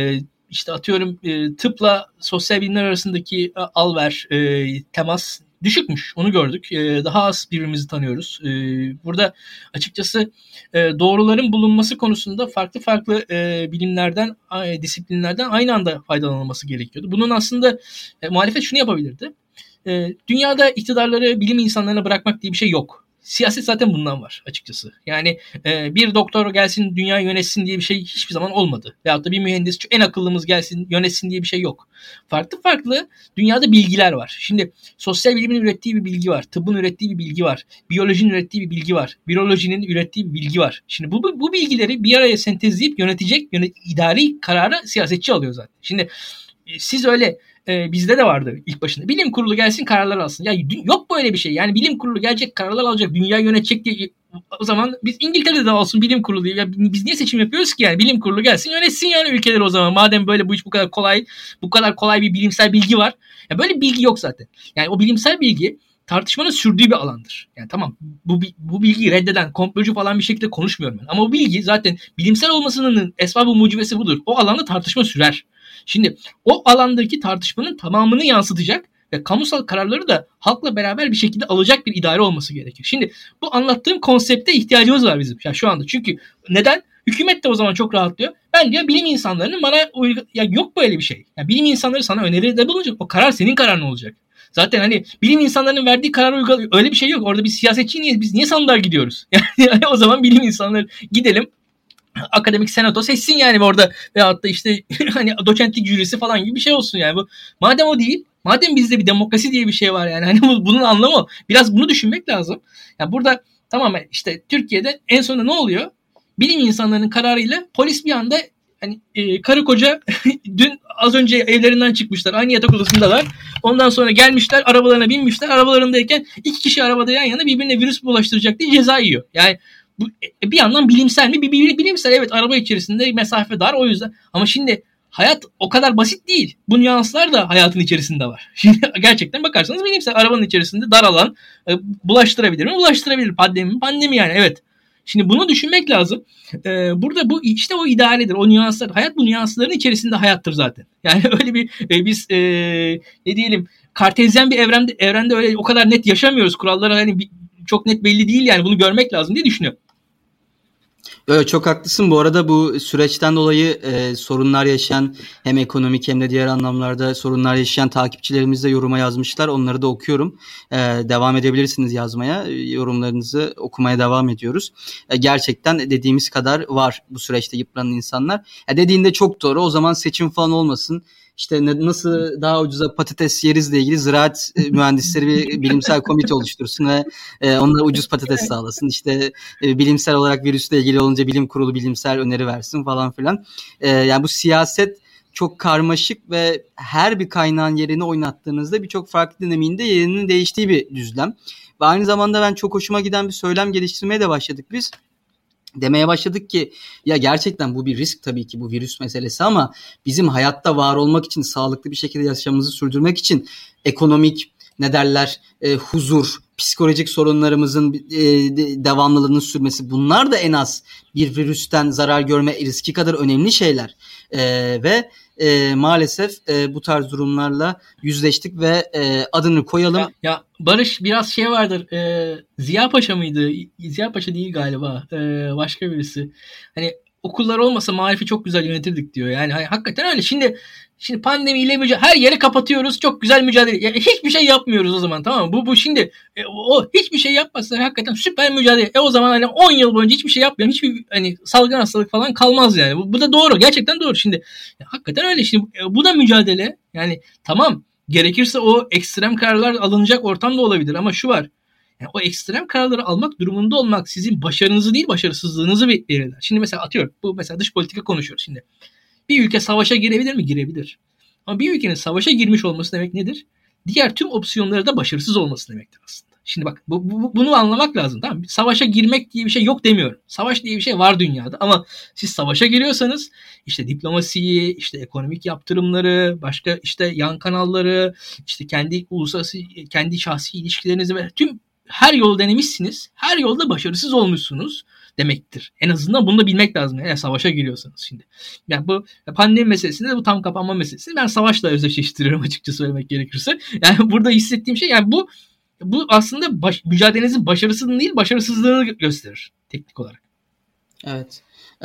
işte atıyorum tıpla sosyal bilimler arasındaki alver, temas düşükmüş. Onu gördük. Daha az birbirimizi tanıyoruz. Burada açıkçası doğruların bulunması konusunda farklı farklı bilimlerden, disiplinlerden aynı anda faydalanılması gerekiyordu. Bunun aslında muhalefet şunu yapabilirdi. Dünyada iktidarları bilim insanlarına bırakmak diye bir şey yok. Siyaset zaten bundan var açıkçası. Yani bir doktor gelsin dünyayı yönetsin diye bir şey hiçbir zaman olmadı. Veyahut da bir mühendis en akıllımız gelsin yönetsin diye bir şey yok. Farklı farklı dünyada bilgiler var. Şimdi sosyal bilimin ürettiği bir bilgi var. Tıbbın ürettiği bir bilgi var. Biyolojinin ürettiği bir bilgi var. Virolojinin ürettiği bir bilgi var. Şimdi bu bilgileri bir araya sentezleyip idari kararı siyasetçi alıyor zaten. Şimdi siz öyle bizde de vardı ilk başında. Bilim kurulu gelsin kararlar alsın. Ya yok böyle bir şey. Yani bilim kurulu gelecek kararlar alacak. Dünya yönetecek diye. O zaman biz İngiltere'de de olsun bilim kurulu. Ya biz niye seçim yapıyoruz ki yani? Bilim kurulu gelsin yönetsin yani ülkeleri o zaman. Madem böyle bu iş bu kadar kolay bir bilimsel bilgi var. Ya böyle bir bilgi yok zaten. Yani o bilimsel bilgi tartışmanın sürdüğü bir alandır. Yani tamam bu bilgiyi reddeden, komplocu falan bir şekilde konuşmuyorum ben. Ama bu bilgi zaten bilimsel olmasının esbabı mucibesi budur. O alanda tartışma sürer. Şimdi o alandaki tartışmanın tamamını yansıtacak ve kamusal kararları da halkla beraber bir şekilde alacak bir idare olması gerekir. Şimdi bu anlattığım konsepte ihtiyacımız var bizim şu anda. Çünkü neden? Hükümet de o zaman çok rahatlıyor. Ben diyor bilim insanlarının bana ya yok böyle bir şey. Ya bilim insanları sana öneride bulunacak. O karar senin kararın olacak. Zaten hani bilim insanlarının verdiği kararı uyguluyor. Öyle bir şey yok. Orada bir siyasetçi biz niye sandığa gidiyoruz? Yani o zaman bilim insanları gidelim. Akademik senato seçsin yani orada veyahut da işte hani doçentlik jürisi falan gibi bir şey olsun yani. Bu madem o değil, madem bizde bir demokrasi diye bir şey var yani hani bunun anlamı biraz bunu düşünmek lazım. Yani burada tamamen işte Türkiye'de en sonunda ne oluyor? Bilim insanlarının kararıyla polis bir anda hani karı koca dün az önce evlerinden çıkmışlar. Aynı yatak odasındalar. Ondan sonra gelmişler, arabalarına binmişler. Arabalarındayken iki kişi arabada yan yana birbirine virüs bulaştıracak diye ceza yiyor. Yani bu bir yandan bilimsel mi? Bilimsel, evet, araba içerisinde mesafe dar o yüzden. Ama şimdi hayat o kadar basit değil. Bu nüanslar da hayatın içerisinde var. Şimdi gerçekten bakarsanız bilimsel, arabanın içerisinde dar alan bulaştırabilir mi? Bulaştırabilir. Pandemi yani, evet. Şimdi bunu düşünmek lazım. Burada bu işte o idealedir. O nüanslar. Hayat bu nüansların içerisinde hayattır zaten. Yani öyle bir biz ne diyelim kartezyen bir evrende öyle o kadar net yaşamıyoruz. Kuralları hani çok net belli değil yani. Bunu görmek lazım diye düşünüyorum. Evet, çok haklısın. Bu arada bu süreçten dolayı sorunlar yaşayan, hem ekonomik hem de diğer anlamlarda sorunlar yaşayan takipçilerimiz de yoruma yazmışlar. Onları da okuyorum. Devam edebilirsiniz yazmaya. Yorumlarınızı okumaya devam ediyoruz. Gerçekten dediğimiz kadar var bu süreçte yıpranan insanlar. Dediğinde çok doğru. O zaman seçim falan olmasın. İşte nasıl daha ucuza patates yerizle ilgili ziraat mühendisleri bir bilimsel komite oluştursun ve onlara ucuz patates sağlasın. İşte bilimsel olarak virüsle ilgili olunca bilim kurulu bilimsel öneri versin falan filan. Yani bu siyaset çok karmaşık ve her bir kaynağın yerini oynattığınızda birçok farklı dinamiğinde yerinin değiştiği bir düzlem. Ve aynı zamanda ben çok hoşuma giden bir söylem geliştirmeye de başladık biz. demeye başladık ki ya gerçekten bu bir risk tabii ki bu virüs meselesi ama bizim hayatta var olmak için, sağlıklı bir şekilde yaşamımızı sürdürmek için ekonomik ne derler huzur, psikolojik sorunlarımızın devamlılığının sürmesi, bunlar da en az bir virüsten zarar görme riski kadar önemli şeyler. Ve maalesef bu tarz durumlarla yüzleştik ve adını koyalım. Ya Barış, biraz şey vardır. Ziya Paşa mıydı? Ziya Paşa değil galiba. Başka birisi. Hani okullar olmasa marifi çok güzel yönetirdik diyor. Yani hani, hakikaten öyle. Şimdi pandemiyle her yeri kapatıyoruz. Çok güzel mücadele. Yani hiçbir şey yapmıyoruz o zaman, tamam mı? Bu şimdi o hiçbir şey yapmazsa hakikaten süper mücadele. O zaman hani 10 yıl boyunca hiçbir şey yapmayan, hiçbir hani salgın hastalık falan kalmaz yani. Bu da doğru. Gerçekten doğru. Şimdi hakikaten öyle. Şimdi bu da mücadele. Yani tamam, gerekirse o ekstrem kararlar alınacak ortam da olabilir ama şu var. Yani o ekstrem kararları almak durumunda olmak sizin başarınızı değil başarısızlığınızı belirler. Şimdi mesela atıyorum, bu mesela dış politika konuşuyoruz şimdi. Bir ülke savaşa girebilir mi? Girebilir. Ama bir ülkenin savaşa girmiş olması demek nedir? Diğer tüm opsiyonları da başarısız olması demektir aslında. Şimdi bak bunu anlamak lazım, tamam mı? Savaşa girmek diye bir şey yok demiyorum. Savaş diye bir şey var dünyada ama siz savaşa giriyorsanız işte diplomasiyi, işte ekonomik yaptırımları, başka işte yan kanalları, işte kendi uluslararası, kendi şahsi ilişkilerinizi ve tüm her yolu denemişsiniz. Her yolda başarısız olmuşsunuz demektir. En azından bunu da bilmek lazım. Eğer savaşa giriyorsanız şimdi. Yani bu pandemi meselesinde de bu tam kapanma meselesi. Ben savaşla özdeşleştiriyorum açıkça söylemek gerekirse. Yani burada hissettiğim şey, yani bu aslında mücadelenizin başarısını değil başarısızlığını gösterir teknik olarak. Evet.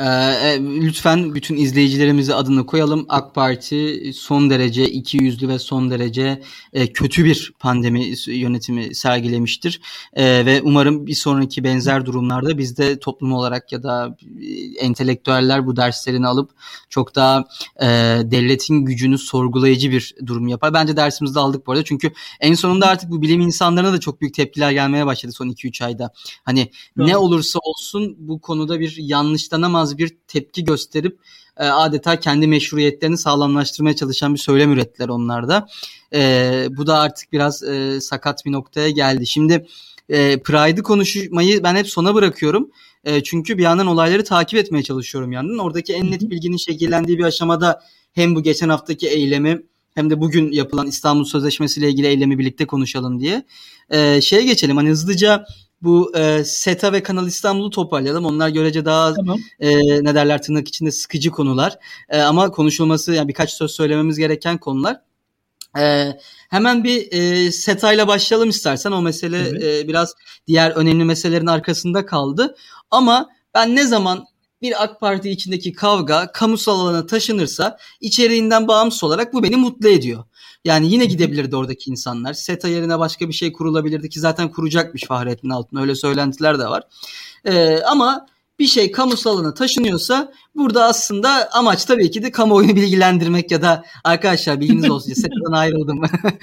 Lütfen bütün izleyicilerimize adını koyalım. AK Parti son derece ikiyüzlü ve son derece kötü bir pandemi yönetimi sergilemiştir. Ve umarım bir sonraki benzer durumlarda biz de toplum olarak ya da entelektüeller bu derslerini alıp çok daha devletin gücünü sorgulayıcı bir durum yapar. Bence dersimizi de aldık bu arada. Çünkü en sonunda artık bu bilim insanlarına da çok büyük tepkiler gelmeye başladı son 2-3 ayda. Hani ne olursa olsun bu konuda bir yanlışlanamaz bir tepki gösterip adeta kendi meşruiyetlerini sağlamlaştırmaya çalışan bir söylem ürettiler onlar da. Bu da artık biraz sakat bir noktaya geldi. Şimdi Pride'ı konuşmayı ben hep sona bırakıyorum. Çünkü bir yandan olayları takip etmeye çalışıyorum yandan. Oradaki en net bilginin şekillendiği bir aşamada hem bu geçen haftaki eylemi hem de bugün yapılan İstanbul Sözleşmesi ile ilgili eylemi birlikte konuşalım diye. Şeye geçelim, hani hızlıca bu SETA ve Kanal İstanbul'u toparlayalım. Onlar görece daha tamam. Ne derler, tırnak içinde sıkıcı konular. Ama konuşulması, yani birkaç söz söylememiz gereken konular. Hemen bir SETA ile başlayalım istersen. O mesele evet. Biraz diğer önemli meselelerin arkasında kaldı. Ama ben ne zaman bir AK Parti içindeki kavga kamusal alana taşınırsa içeriğinden bağımsız olarak bu beni mutlu ediyor. Yani yine gidebilirdi oradaki insanlar. SETA yerine başka bir şey kurulabilirdi ki zaten kuracakmış Fahrettin Altun. Öyle söylentiler de var. Ama bir şey kamusal alana taşınıyorsa burada aslında amaç tabii ki de kamuoyunu bilgilendirmek ya da arkadaşlar bilginiz olsun, SETA'dan ayrıldım.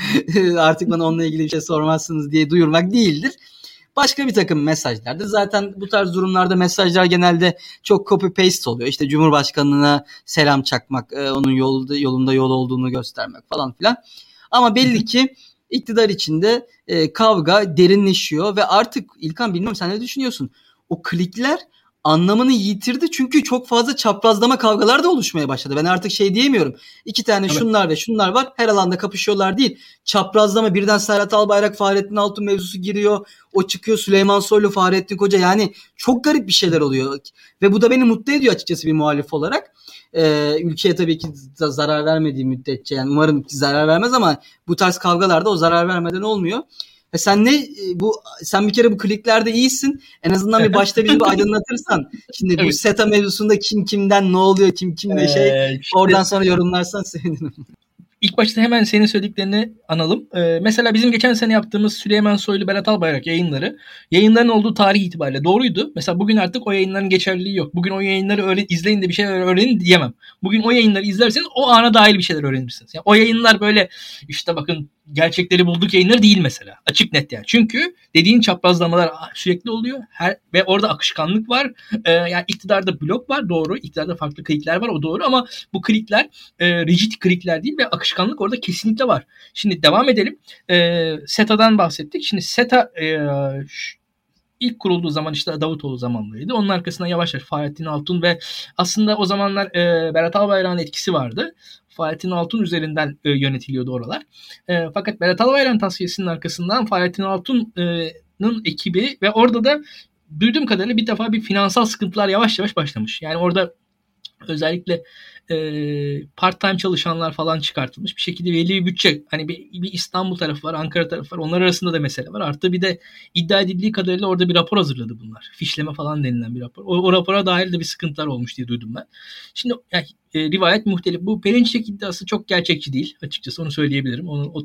Artık bana onunla ilgili bir şey sormazsınız diye duyurmak değildir. Başka bir takım mesajlardır. Zaten bu tarz durumlarda mesajlar genelde çok copy paste oluyor. İşte Cumhurbaşkanlığına selam çakmak, onun yolunda yol olduğunu göstermek falan filan. Ama belli ki iktidar içinde kavga derinleşiyor ve artık İlkan, bilmiyorum sen ne düşünüyorsun? O klikler anlamını yitirdi çünkü çok fazla çaprazlama kavgalar da oluşmaya başladı. Ben artık şey diyemiyorum. 2 tane şunlar ve şunlar var. Her alanda kapışıyorlar değil. Çaprazlama, birden Serhat Albayrak, Fahrettin Altun mevzusu giriyor. O çıkıyor, Süleyman Soylu, Fahrettin Koca. Yani çok garip bir şeyler oluyor. Ve bu da beni mutlu ediyor açıkçası bir muhalif olarak. Ülkeye tabii ki zarar vermediği müddetçe. Yani umarım ki zarar vermez ama bu tarz kavgalarda o zarar vermeden olmuyor. Sen bir kere bu kliklerde iyisin. En azından bir başta bizi bir aydınlatırsan. Şimdi bu SETA mevzusunda kim kimden ne oluyor, kim kimle oradan sonra yorumlarsan sevinirim. İlk başta hemen senin söylediklerini analım. Mesela bizim geçen sene yaptığımız Süleyman Soylu, Berat Albayrak yayınların olduğu tarih itibariyle doğruydu. Mesela bugün artık o yayınların geçerliliği yok. Bugün o yayınları izleyin de bir şeyler öğrenin diyemem. Bugün o yayınları izlerseniz o ana dair bir şeyler öğrenirsiniz. Yani o yayınlar böyle işte bakın gerçekleri bulduk yayınları değil mesela. Açık net yani. Çünkü dediğin çaprazlamalar sürekli oluyor. Ve orada akışkanlık var. Yani iktidarda blok var, doğru. İktidarda farklı klikler var, o doğru. Ama bu klikler rigid klikler değil ve akışkanlık orada kesinlikle var. Şimdi devam edelim. SETA'dan bahsettik. Şimdi SETA ilk kurulduğu zaman işte Davutoğlu zamanlarıydı. Onun arkasından yavaş yavaş Fahrettin Altun ve aslında o zamanlar Berat Albayrak'ın etkisi vardı. Fahrettin Altun üzerinden yönetiliyordu oralar. Fakat Berat Albayrak'ın tasfiyesinin arkasından Fahrettin Altun'un ekibi ve orada da duyduğum kadarıyla bir defa bir finansal sıkıntılar yavaş yavaş başlamış. Yani orada özellikle part-time çalışanlar falan çıkartılmış. Bir şekilde belli bir bütçe. Hani bir İstanbul tarafı var, Ankara tarafı var. Onlar arasında da mesele var. Artı bir de iddia edildiği kadarıyla orada bir rapor hazırladı bunlar. Fişleme falan denilen bir rapor. O rapora dair de bir sıkıntılar olmuş diye duydum ben. Şimdi yani, rivayet muhtelif. Bu Perinçek iddiası çok gerçekçi değil. Açıkçası onu söyleyebilirim.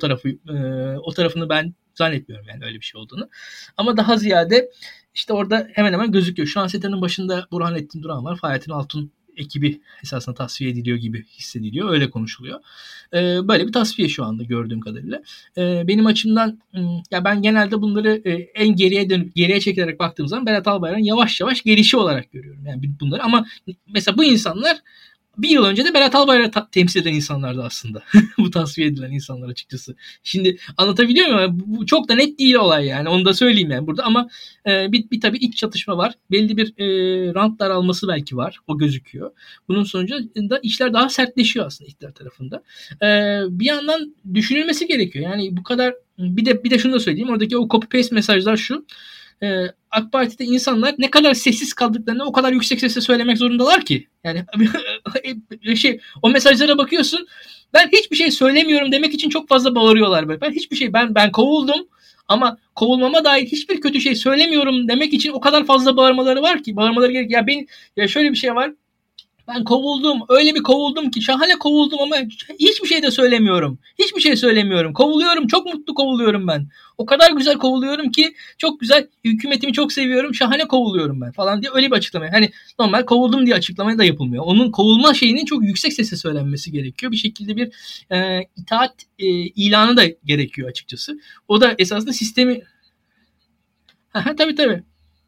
O tarafını ben zannetmiyorum yani öyle bir şey olduğunu. Ama daha ziyade işte orada hemen hemen gözüküyor. Şu an SETA'nın başında Burhanettin Duran var. Fahrettin Altun ekibi esasında tasfiye ediliyor gibi hissediliyor. Öyle konuşuluyor. Böyle bir tasfiye şu anda gördüğüm kadarıyla. Benim açımdan ya ben genelde bunları en geriye çekilerek baktığım zaman Berat Albayrak'ın yavaş yavaş gelişi olarak görüyorum. Yani bunları ama mesela bu insanlar bir yıl önce de Berat Albayrak'ı temsil eden insanlardı aslında. Bu tasfiye edilen insanlar açıkçası. Şimdi anlatabiliyor muyum? Bu çok da net değil olay yani. Onu da söyleyeyim yani burada ama bir tabii iç çatışma var. Belli bir rant daralması belki var. O gözüküyor. Bunun sonucunda işler daha sertleşiyor aslında iktidar tarafında. Bir yandan düşünülmesi gerekiyor. Yani bu kadar bir de şunu da söyleyeyim. Oradaki o copy paste mesajlar şu. AK Parti'de insanlar ne kadar sessiz kaldıklarını o kadar yüksek sesle söylemek zorundalar ki. Yani o mesajlara bakıyorsun. Ben hiçbir şey söylemiyorum demek için çok fazla bağırıyorlar böyle. Ben kovuldum ama kovulmama dair hiçbir kötü şey söylemiyorum demek için o kadar fazla bağırmaları gerek. Ya şöyle bir şey var. Ben kovuldum. Öyle bir kovuldum ki şahane kovuldum ama hiçbir şey de söylemiyorum. Hiçbir şey söylemiyorum. Kovuluyorum. Çok mutlu kovuluyorum ben. O kadar güzel kovuluyorum ki çok güzel. Hükümetimi çok seviyorum. Şahane kovuluyorum ben falan diye öyle bir açıklama. Hani normal kovuldum diye açıklamaya da yapılmıyor. Onun kovulma şeyinin çok yüksek sesle söylenmesi gerekiyor. Bir şekilde bir itaat ilanı da gerekiyor açıkçası. O da esasında sistemi... Tabii.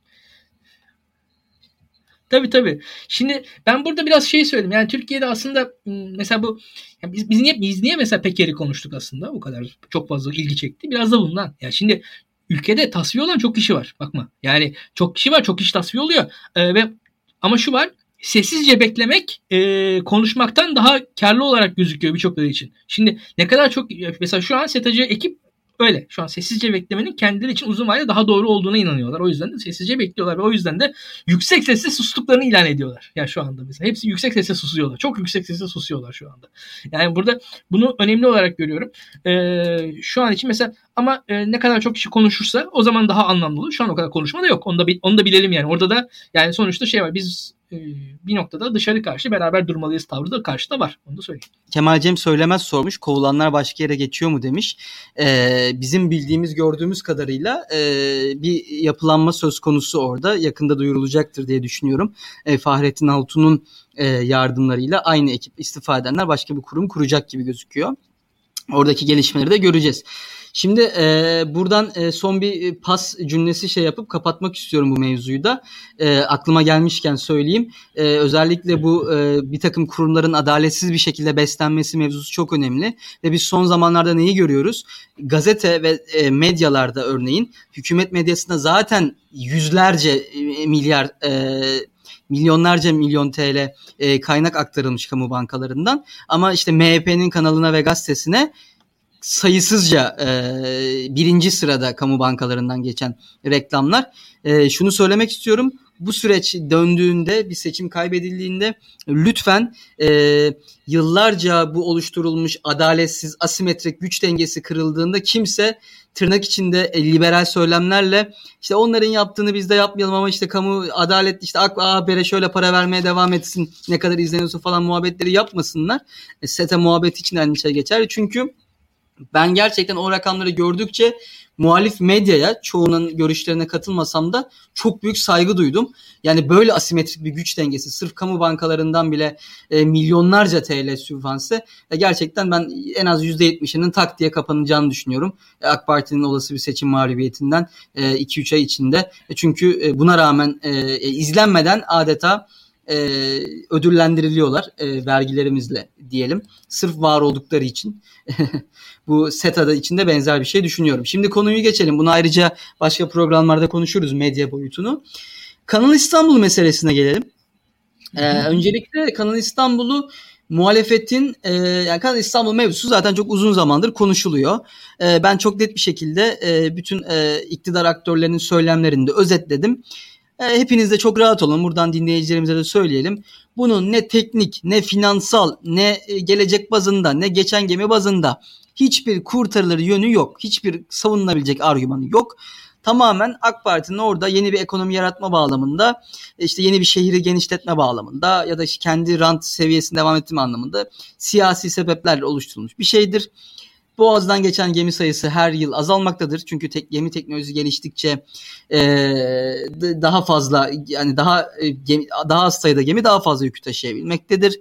Tabii. Şimdi ben burada biraz şey söyleyeyim. Yani Türkiye'de aslında mesela bu yani biz niye mesela Peker'i konuştuk aslında? O kadar çok fazla ilgi çekti. Biraz da bundan. Yani şimdi ülkede tasfiye olan çok kişi var. Bakma. Yani çok kişi var. Çok kişi tasfiye oluyor. Ama şu var. Sessizce beklemek konuşmaktan daha karlı olarak gözüküyor birçokları için. Şimdi ne kadar çok mesela şu an SETA'cı ekip öyle. Şu an sessizce beklemenin kendileri için uzun vadede daha doğru olduğuna inanıyorlar. O yüzden de sessizce bekliyorlar ve o yüzden de yüksek sesle sustuklarını ilan ediyorlar. Yani şu anda mesela hepsi yüksek sesle susuyorlar. Çok yüksek sesle susuyorlar şu anda. Yani burada bunu önemli olarak görüyorum. Şu an için mesela ama ne kadar çok kişi konuşursa o zaman daha anlamlı olur. Şu an o kadar konuşma da yok. Onu da bilelim yani. Orada da yani sonuçta şey var. Biz bir noktada dışarı karşı beraber durmalıyız tavrı da karşıda var. Onu da söyleyeyim. Kemal Cem Söylemez sormuş. Kovulanlar başka yere geçiyor mu demiş. Bizim bildiğimiz, gördüğümüz kadarıyla bir yapılanma söz konusu orada. Yakında duyurulacaktır diye düşünüyorum. Fahrettin Altun'un yardımlarıyla aynı ekip istifa edenler başka bir kurum kuracak gibi gözüküyor. Oradaki gelişmeleri de göreceğiz. Şimdi buradan son bir pas cümlesi yapıp kapatmak istiyorum bu mevzuyu da. Aklıma gelmişken söyleyeyim. Özellikle bu bir takım kurumların adaletsiz bir şekilde beslenmesi mevzusu çok önemli. Ve biz son zamanlarda neyi görüyoruz? Gazete ve medyalarda örneğin hükümet medyasında zaten milyonlarca milyon TL kaynak aktarılmış kamu bankalarından. Ama işte MHP'nin kanalına ve gazetesine sayısızca birinci sırada kamu bankalarından geçen reklamlar. Şunu söylemek istiyorum. Bu süreç döndüğünde, bir seçim kaybedildiğinde lütfen yıllarca bu oluşturulmuş adaletsiz, asimetrik güç dengesi kırıldığında kimse tırnak içinde liberal söylemlerle işte onların yaptığını biz de yapmayalım ama işte kamu adalet işte Haber'e şöyle para vermeye devam etsin ne kadar izleniyorsa falan muhabbetleri yapmasınlar. SETA muhabbeti için aynı şey geçer. Çünkü ben gerçekten o rakamları gördükçe muhalif medyaya çoğunun görüşlerine katılmasam da çok büyük saygı duydum. Yani böyle asimetrik bir güç dengesi sırf kamu bankalarından bile milyonlarca TL sübvanse gerçekten ben en az %70'inin tak diye kapanacağını düşünüyorum. AK Parti'nin olası bir seçim mağlubiyetinden 2-3 ay içinde. Çünkü buna rağmen izlenmeden adeta ödüllendiriliyorlar vergilerimizle diyelim. Sırf var oldukları için. Bu SETA'da içinde benzer bir şey düşünüyorum. Şimdi konuyu geçelim. Bunu ayrıca başka programlarda konuşuruz, medya boyutunu. Kanal İstanbul meselesine gelelim. Öncelikle Kanal İstanbul'u muhalefetin yani Kanal İstanbul mevzusu zaten çok uzun zamandır konuşuluyor. Ben çok net bir şekilde bütün iktidar aktörlerinin söylemlerini de özetledim. Hepiniz de çok rahat olun. Buradan dinleyicilerimize de söyleyelim. Bunun ne teknik, ne finansal, ne gelecek bazında, ne geçen gemi bazında hiçbir kurtarılır yönü yok. Hiçbir savunulabilecek argümanı yok. Tamamen AK Parti'nin orada yeni bir ekonomi yaratma bağlamında, işte yeni bir şehri genişletme bağlamında ya da işte kendi rant seviyesini devam ettirme anlamında siyasi sebeplerle oluşturulmuş bir şeydir. Boğaz'dan geçen gemi sayısı her yıl azalmaktadır. Çünkü gemi teknolojisi geliştikçe daha fazla, yani daha az sayıda gemi daha fazla yükü taşıyabilmektedir.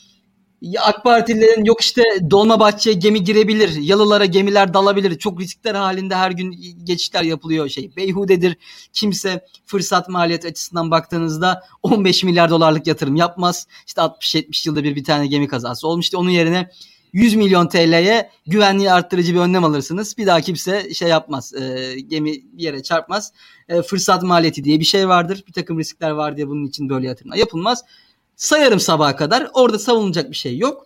AK Partililerin yok işte Dolmabahçe'ye gemi girebilir, Yalılara gemiler dalabilir, çok riskler halinde her gün geçişler yapılıyor, beyhudedir. Kimse fırsat maliyet açısından baktığınızda 15 milyar dolarlık yatırım yapmaz. İşte 60-70 yılda bir tane gemi kazası olmuştu. Onun yerine 100 milyon TL'ye güvenliği arttırıcı bir önlem alırsınız. Bir daha kimse yapmaz. Gemi bir yere çarpmaz. Fırsat maliyeti diye bir şey vardır. Bir takım riskler var diye bunun için böyle yatırımlar yapılmaz. Sayarım sabaha kadar. Orada savunulacak bir şey yok.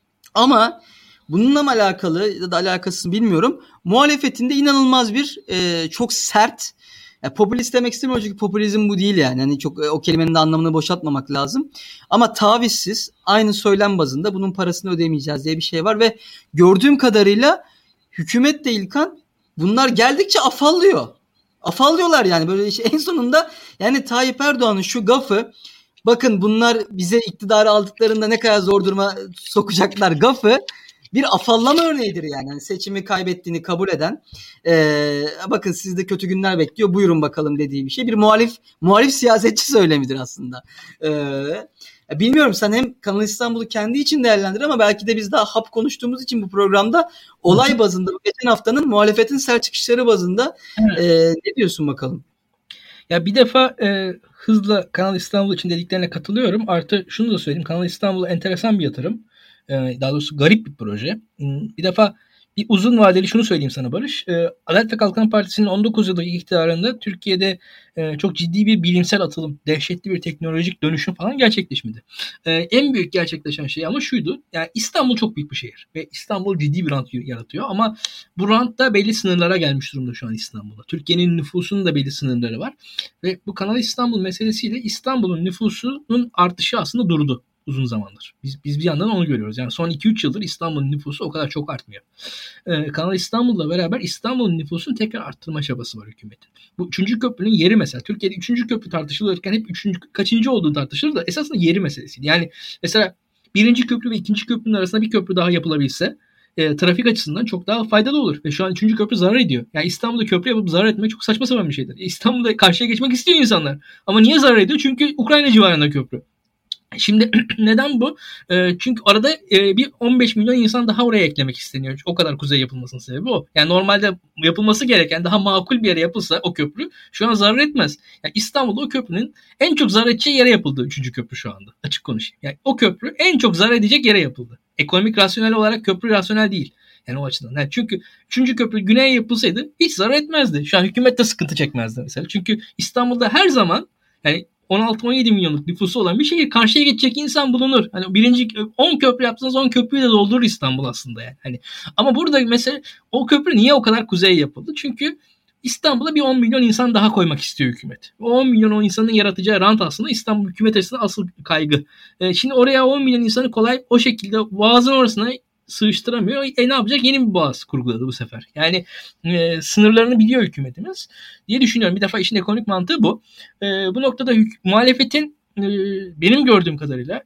Ama bununla mı alakalı ya da alakasını bilmiyorum. Muhalefetinde inanılmaz bir çok sert, popülist demek istemiyorum çünkü popülizm bu değil yani. Hani çok o kelimenin de anlamını boşaltmamak lazım. Ama tavizsiz, aynı söylem bazında bunun parasını ödemeyeceğiz diye bir şey var ve gördüğüm kadarıyla hükümet de İlkan bunlar geldikçe afallıyor. Afallıyorlar yani böyle en sonunda yani Tayyip Erdoğan'ın şu gafı, bakın bunlar bize iktidarı aldıklarında ne kadar zor duruma sokacaklar gafı bir afallama örneğidir yani. Yani seçimi kaybettiğini kabul eden, bakın sizde kötü günler bekliyor, buyurun bakalım dediği bir şey. Bir muhalif siyasetçi söylemidir aslında. Bilmiyorum, sen hem Kanal İstanbul'u kendi için değerlendir ama belki de biz daha hap konuştuğumuz için bu programda olay bazında, bu geçen haftanın muhalefetin sert çıkışları bazında ne diyorsun bakalım? Ya bir defa hızla Kanal İstanbul için dediklerine katılıyorum. Artı şunu da söyleyeyim. Kanal İstanbul enteresan bir yatırım. Daha doğrusu garip bir proje. Bir defa bir uzun vadeli şunu söyleyeyim sana Barış. Adalet ve Kalkınma Partisi'nin 19 yıllık iktidarında Türkiye'de çok ciddi bir bilimsel atılım, dehşetli bir teknolojik dönüşüm falan gerçekleşmedi. En büyük gerçekleşen şey ama şuydu. Yani İstanbul çok büyük bir şehir ve İstanbul ciddi bir rant yaratıyor ama bu rant da belli sınırlara gelmiş durumda şu an İstanbul'da. Türkiye'nin nüfusunun da belli sınırları var ve bu Kanal İstanbul meselesiyle İstanbul'un nüfusunun artışı aslında durdu uzun zamandır. Biz bir yandan onu görüyoruz. Yani son 2-3 yıldır İstanbul'un nüfusu o kadar çok artmıyor. Kanal İstanbul'la beraber İstanbul'un nüfusunu tekrar arttırma çabası var hükümetin. Bu 3. köprünün yeri mesela. Türkiye'de 3. köprü tartışılırken hep kaçıncı olduğu tartışılır da esasında yeri meselesiydi. Yani mesela 1. köprü ve 2. köprünün arasında bir köprü daha yapılabilse trafik açısından çok daha faydalı olur. Ve şu an 3. köprü zarar ediyor. Yani İstanbul'da köprü yapıp zarar etmek çok saçma sapan bir şeydir. İstanbul'da karşıya geçmek istiyor insanlar. Ama niye zarar ediyor? Çünkü Ukrayna civarında köprü. Şimdi neden bu? Çünkü arada bir 15 milyon insan daha oraya eklemek isteniyor. O kadar kuzey yapılmasının sebebi o. Yani normalde yapılması gereken daha makul bir yere yapılsa o köprü şu an zarar etmez. Yani İstanbul'da o köprünün en çok zarar edeceği yere yapıldı 3. köprü şu anda. Açık konuşayım. Yani o köprü en çok zarar edecek yere yapıldı. Ekonomik rasyonel olarak köprü rasyonel değil. Yani o açıdan. Yani çünkü 3. köprü güneye yapılsaydı hiç zarar etmezdi. Şu an hükümet de sıkıntı çekmezdi mesela. Çünkü İstanbul'da her zaman yani 16-17 milyonluk nüfusu olan bir şehir, karşıya geçecek insan bulunur. Hani birinci 10 köprü yapsanız 10 köprüyü de doldurur İstanbul aslında yani. Hani ama burada mesela o köprü niye o kadar kuzeye yapıldı? Çünkü İstanbul'a bir 10 milyon insan daha koymak istiyor hükümet. O 10 milyon o insanın yaratacağı rant aslında İstanbul hükümet açısından asıl kaygı. Şimdi oraya 10 milyon insanı kolay o şekilde boğazın orasına sığıştıramıyor. Ne yapacak? Yeni bir boğaz kurguladı bu sefer. Yani sınırlarını biliyor hükümetimiz diye düşünüyorum. Bir defa işin ekonomik mantığı bu. Bu noktada muhalefetin benim gördüğüm kadarıyla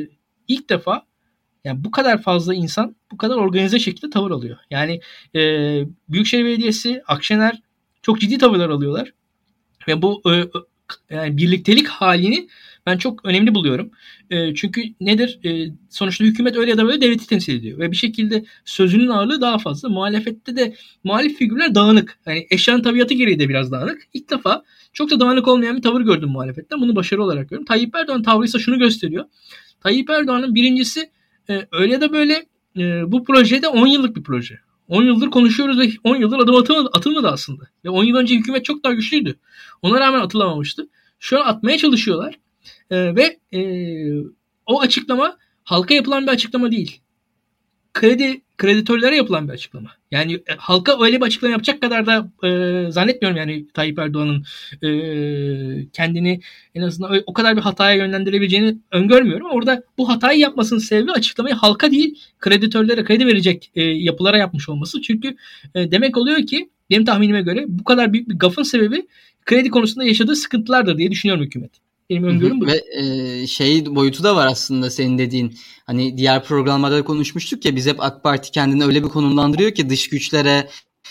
ilk defa yani bu kadar fazla insan bu kadar organize şekilde tavır alıyor. Yani Büyükşehir Belediyesi, Akşener çok ciddi tavırlar alıyorlar. Ve bu yani birliktelik halini ben çok önemli buluyorum. Çünkü nedir? Sonuçta hükümet öyle ya da böyle devleti temsil ediyor. Ve bir şekilde sözünün ağırlığı daha fazla. Muhalefette de muhalif figürler dağınık. Yani eşyanın tabiatı gereği de biraz dağınık. İlk defa çok da dağınık olmayan bir tavır gördüm muhalefetten. Bunu başarı olarak görüyorum. Tayyip Erdoğan tavrı ise şunu gösteriyor. Tayyip Erdoğan'ın birincisi öyle ya da böyle bu projede 10 yıllık bir proje. 10 yıldır konuşuyoruz ve 10 yıldır adım atılmadı aslında. Ve 10 yıl önce hükümet çok daha güçlüydü. Ona rağmen atılamamıştı. Şu an atmaya çalışıyorlar. Ve o açıklama halka yapılan bir açıklama değil. Kreditörlere yapılan bir açıklama. Yani halka öyle bir açıklama yapacak kadar da zannetmiyorum yani Tayyip Erdoğan'ın kendini en azından o kadar bir hataya yönlendirebileceğini öngörmüyorum. Orada bu hatayı yapmasının sebebi açıklamayı halka değil kreditörlere, kredi verecek yapılara yapmış olması. Çünkü demek oluyor ki benim tahminime göre bu kadar büyük bir gafın sebebi kredi konusunda yaşadığı sıkıntılardır diye düşünüyorum hükümet. Benim öngörüm bu. Ve şey boyutu da var aslında senin dediğin. Hani diğer programlarda konuşmuştuk ya, biz hep AK Parti kendini öyle bir konumlandırıyor ki dış güçlere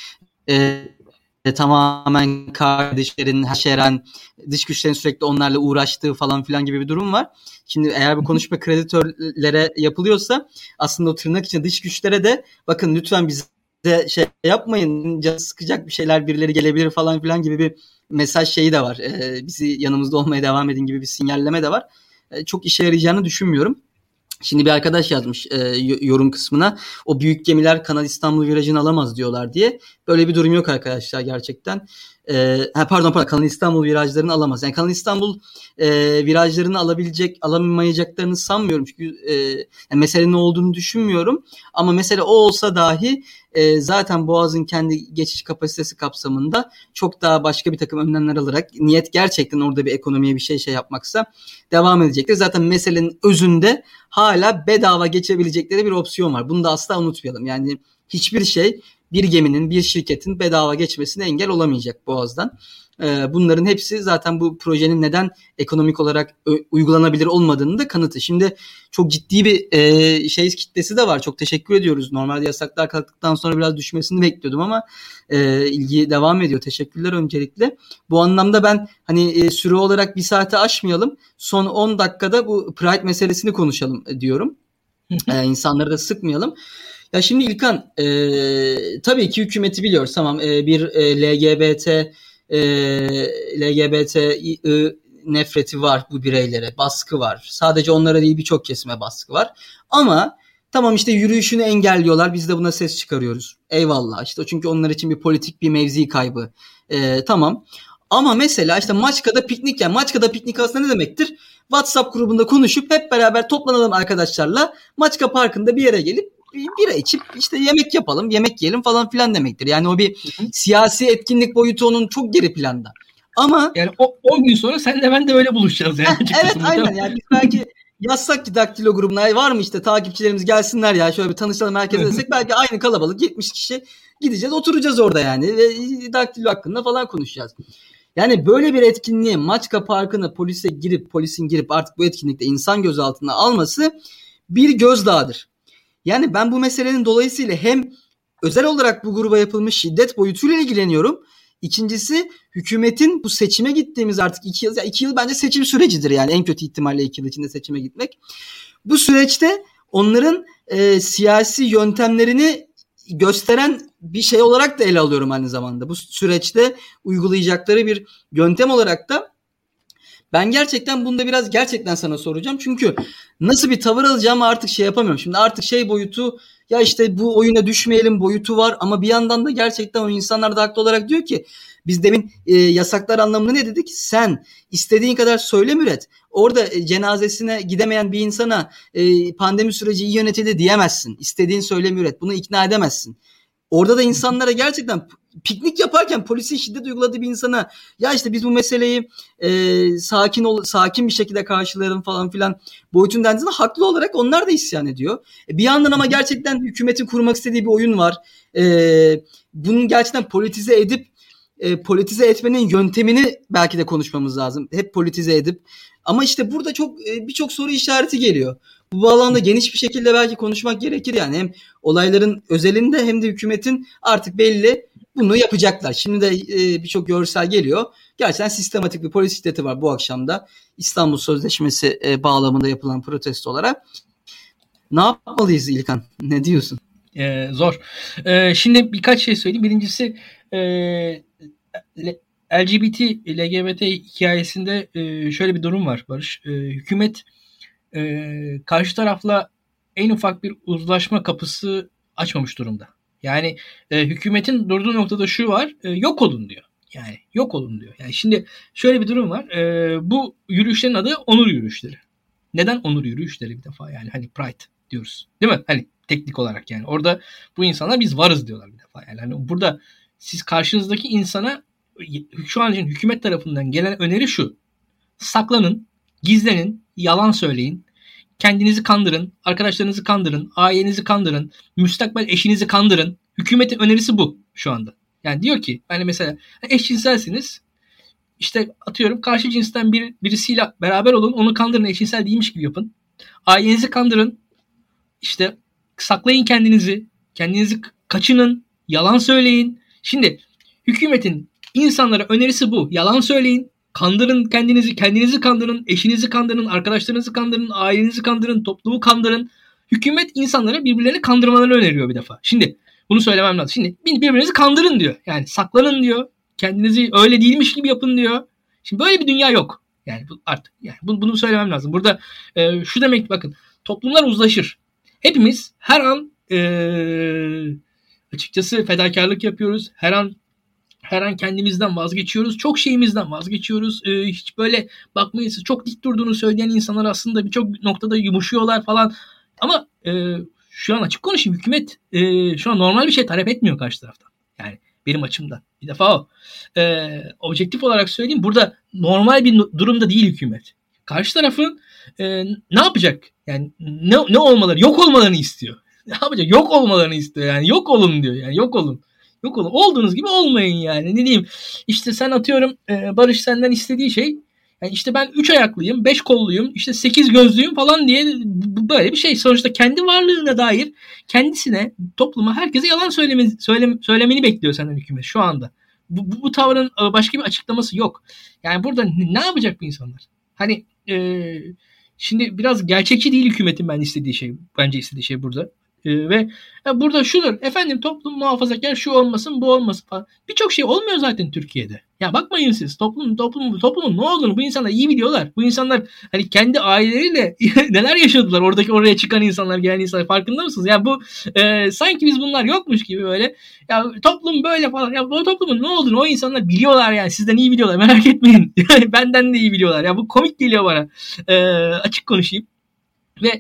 tamamen kardeşlerin, her şeyden dış güçlerin sürekli onlarla uğraştığı falan filan gibi bir durum var. Şimdi eğer bu konuşma kreditörlere yapılıyorsa aslında o tırnak içinde dış güçlere de bakın lütfen bize şey yapmayın, canı sıkacak bir şeyler, birileri gelebilir falan filan gibi bir mesaj şeyi de var. Bizi yanımızda olmaya devam edin gibi bir sinyalleme de var. Çok işe yarayacağını düşünmüyorum. Şimdi bir arkadaş yazmış yorum kısmına. O büyük gemiler Kanal İstanbul virajını alamaz diyorlar diye. Böyle bir durum yok arkadaşlar gerçekten. Pardon Kanal İstanbul virajlarını alamaz. Yani Kanal İstanbul virajlarını alamayacaklarını sanmıyorum. Çünkü yani meselenin ne olduğunu düşünmüyorum. Ama mesele o olsa dahi zaten Boğaz'ın kendi geçiş kapasitesi kapsamında çok daha başka bir takım önlemler alarak, niyet gerçekten orada bir ekonomiye bir şey yapmaksa devam edecektir. Zaten meselenin özünde hala bedava geçebilecekleri bir opsiyon var. Bunu da asla unutmayalım. Yani hiçbir şey bir geminin, bir şirketin bedava geçmesine engel olamayacak Boğaz'dan. Bunların hepsi zaten bu projenin neden ekonomik olarak uygulanabilir olmadığını da kanıtı. Şimdi çok ciddi bir kitlesi de var. Çok teşekkür ediyoruz. Normalde yasaklar kalktıktan sonra biraz düşmesini bekliyordum ama ilgi devam ediyor. Teşekkürler öncelikle. Bu anlamda ben hani süre olarak bir saate aşmayalım. Son 10 dakikada bu Pride meselesini konuşalım diyorum. İnsanları da sıkmayalım. Ya şimdi İlkan, tabii ki hükümeti biliyoruz. Tamam, bir LGBT nefreti var bu bireylere, baskı var. Sadece onlara değil, birçok kesime baskı var. Ama tamam, işte yürüyüşünü engelliyorlar. Biz de buna ses çıkarıyoruz. Eyvallah. İşte çünkü onlar için bir politik bir mevzi kaybı. Tamam. Ama mesela işte Maçka'da piknik, yani Maçka'da piknik aslında ne demektir? WhatsApp grubunda konuşup hep beraber toplanalım arkadaşlarla Maçka Parkı'nda bir yere gelip bira içip işte yemek yapalım, yemek yiyelim falan filan demektir. Yani o bir siyasi etkinlik boyutu onun çok geri planda. Ama yani 10 gün sonra sen de ben de öyle buluşacağız yani. Evet, aynen. Yani biz belki yazsak ki Daktilo grubuna, var mı işte takipçilerimiz gelsinler ya şöyle bir tanışalım herkese desek, belki aynı kalabalık 70 kişi gideceğiz, oturacağız orada yani ve Daktilo hakkında falan konuşacağız. Yani böyle bir etkinliğe, Maçka Parkı'na polisin girip artık bu etkinlikte insan gözaltına alması bir gözdağıdır. Yani ben bu meselenin dolayısıyla hem özel olarak bu gruba yapılmış şiddet boyutuyla ilgileniyorum. İkincisi, hükümetin bu seçime gittiğimiz artık 2 yıl, 2 yıl bence seçim sürecidir yani en kötü ihtimalle 2 yıl içinde seçime gitmek. Bu süreçte onların siyasi yöntemlerini gösteren bir şey olarak da ele alıyorum aynı zamanda. Bu süreçte uygulayacakları bir yöntem olarak da ben gerçekten bunda biraz gerçekten sana soracağım. Çünkü nasıl bir tavır alacağımı artık yapamıyorum. Şimdi artık boyutu, ya işte bu oyuna düşmeyelim boyutu var. Ama bir yandan da gerçekten o insanlar da haklı olarak diyor ki biz demin yasaklar anlamında ne dedik? Sen istediğin kadar söylem üret. Orada cenazesine gidemeyen bir insana pandemi süreci iyi yönetildi diyemezsin. İstediğin söylem üret. Bunu ikna edemezsin. Orada da insanlara gerçekten piknik yaparken polisin şiddet uyguladığı bir insana ya işte biz bu meseleyi sakin bir şekilde karşılayalım falan filan boyutun dendiğinde haklı olarak onlar da isyan ediyor. Bir yandan ama gerçekten hükümetin kurmak istediği bir oyun var. Bunun gerçekten politize etmenin yöntemini belki de konuşmamız lazım. Hep politize edip ama işte burada birçok soru işareti geliyor. Bu bağlamda geniş bir şekilde belki konuşmak gerekir yani. Hem olayların özelinde hem de hükümetin artık belli bunu yapacaklar. Şimdi de birçok görsel geliyor. Gerçekten sistematik bir polis şiddeti var bu akşam da İstanbul Sözleşmesi bağlamında yapılan protestolara. Ne yapmalıyız İlkan? Ne diyorsun? Zor. Şimdi birkaç şey söyleyeyim. Birincisi LGBT, LGBT hikayesinde şöyle bir durum var Barış. Hükümet karşı tarafla en ufak bir uzlaşma kapısı açmamış durumda. Yani hükümetin durduğu noktada şu var. Yok olun diyor. Yani yok olun diyor. Yani şimdi şöyle bir durum var. Bu yürüyüşlerin adı onur yürüyüşleri. Neden onur yürüyüşleri bir defa? Yani hani Pride diyoruz. Değil mi? Hani teknik olarak yani. Orada bu insanlar biz varız diyorlar bir defa. Yani hani burada siz karşınızdaki insana şu an için hükümet tarafından gelen öneri şu. Saklanın, gizlenin, yalan söyleyin. Kendinizi kandırın, arkadaşlarınızı kandırın, ailenizi kandırın, müstakbel eşinizi kandırın. Hükümetin önerisi bu şu anda. Yani diyor ki hani mesela eşcinselsiniz. İşte atıyorum karşı cinsten birisiyle beraber olun, onu kandırın, eşcinsel değilmiş gibi yapın. Ailenizi kandırın. İşte saklayın kendinizi kaçının, yalan söyleyin. Şimdi hükümetin insanlara önerisi bu. Yalan söyleyin, kandırın kendinizi kandırın, eşinizi kandırın, arkadaşlarınızı kandırın, ailenizi kandırın, toplumu kandırın. Hükümet insanlara birbirlerini kandırmalarını öneriyor bir defa. Şimdi bunu söylemem lazım. Şimdi birbirinizi kandırın diyor. Yani saklanın diyor. Kendinizi öyle değilmiş gibi yapın diyor. Şimdi böyle bir dünya yok. Yani artık yani bunu söylemem lazım. Burada şu demek bakın toplumlar uzlaşır. Hepimiz her an açıkçası fedakarlık yapıyoruz. Her an kendimizden vazgeçiyoruz. Çok şeyimizden vazgeçiyoruz. Hiç böyle bakmayın çok dik durduğunu söyleyen insanlar aslında birçok noktada yumuşuyorlar falan. Ama şu an açık konuşayım. Hükümet şu an normal bir şey talep etmiyor karşı taraftan. Yani benim açımdan. Bir defa o. Objektif olarak söyleyeyim. Burada normal bir durumda değil hükümet. Karşı tarafın ne yapacak? Yani ne olmaları? Yok olmalarını istiyor. Ne yapacak? Yok olmalarını istiyor. Yani yok olun diyor. Yani yok olun. Yok olun. Olduğunuz gibi olmayın yani. Ne diyeyim? İşte sen atıyorum Barış senden istediği şey yani işte ben 3 ayaklıyım, 5 kolluyum, işte 8 gözlüyüm falan diye böyle bir şey. Sonuçta kendi varlığına dair kendisine, topluma, herkese yalan söylemeni bekliyor senden hükümet şu anda. Bu tavrın başka bir açıklaması yok. Yani burada ne yapacak bu insanlar? Hani şimdi biraz gerçekçi değil hükümetin bence istediği şey burada. Ve burada şudur. Efendim toplum muhafazakar şu olmasın bu olmasın falan. Birçok şey olmuyor zaten Türkiye'de. Ya bakmayın siz toplumun ne olduğunu bu insanlar iyi biliyorlar. Bu insanlar hani kendi aileleriyle neler yaşadılar oraya çıkan insanlar gelen insanlar farkında mısınız? Yani bu sanki biz bunlar yokmuş gibi böyle. Ya toplum böyle falan. Ya bu toplumun ne olduğunu o insanlar biliyorlar yani. Sizden iyi biliyorlar merak etmeyin. Benden de iyi biliyorlar. Ya bu komik geliyor bana. Açık konuşayım. Ve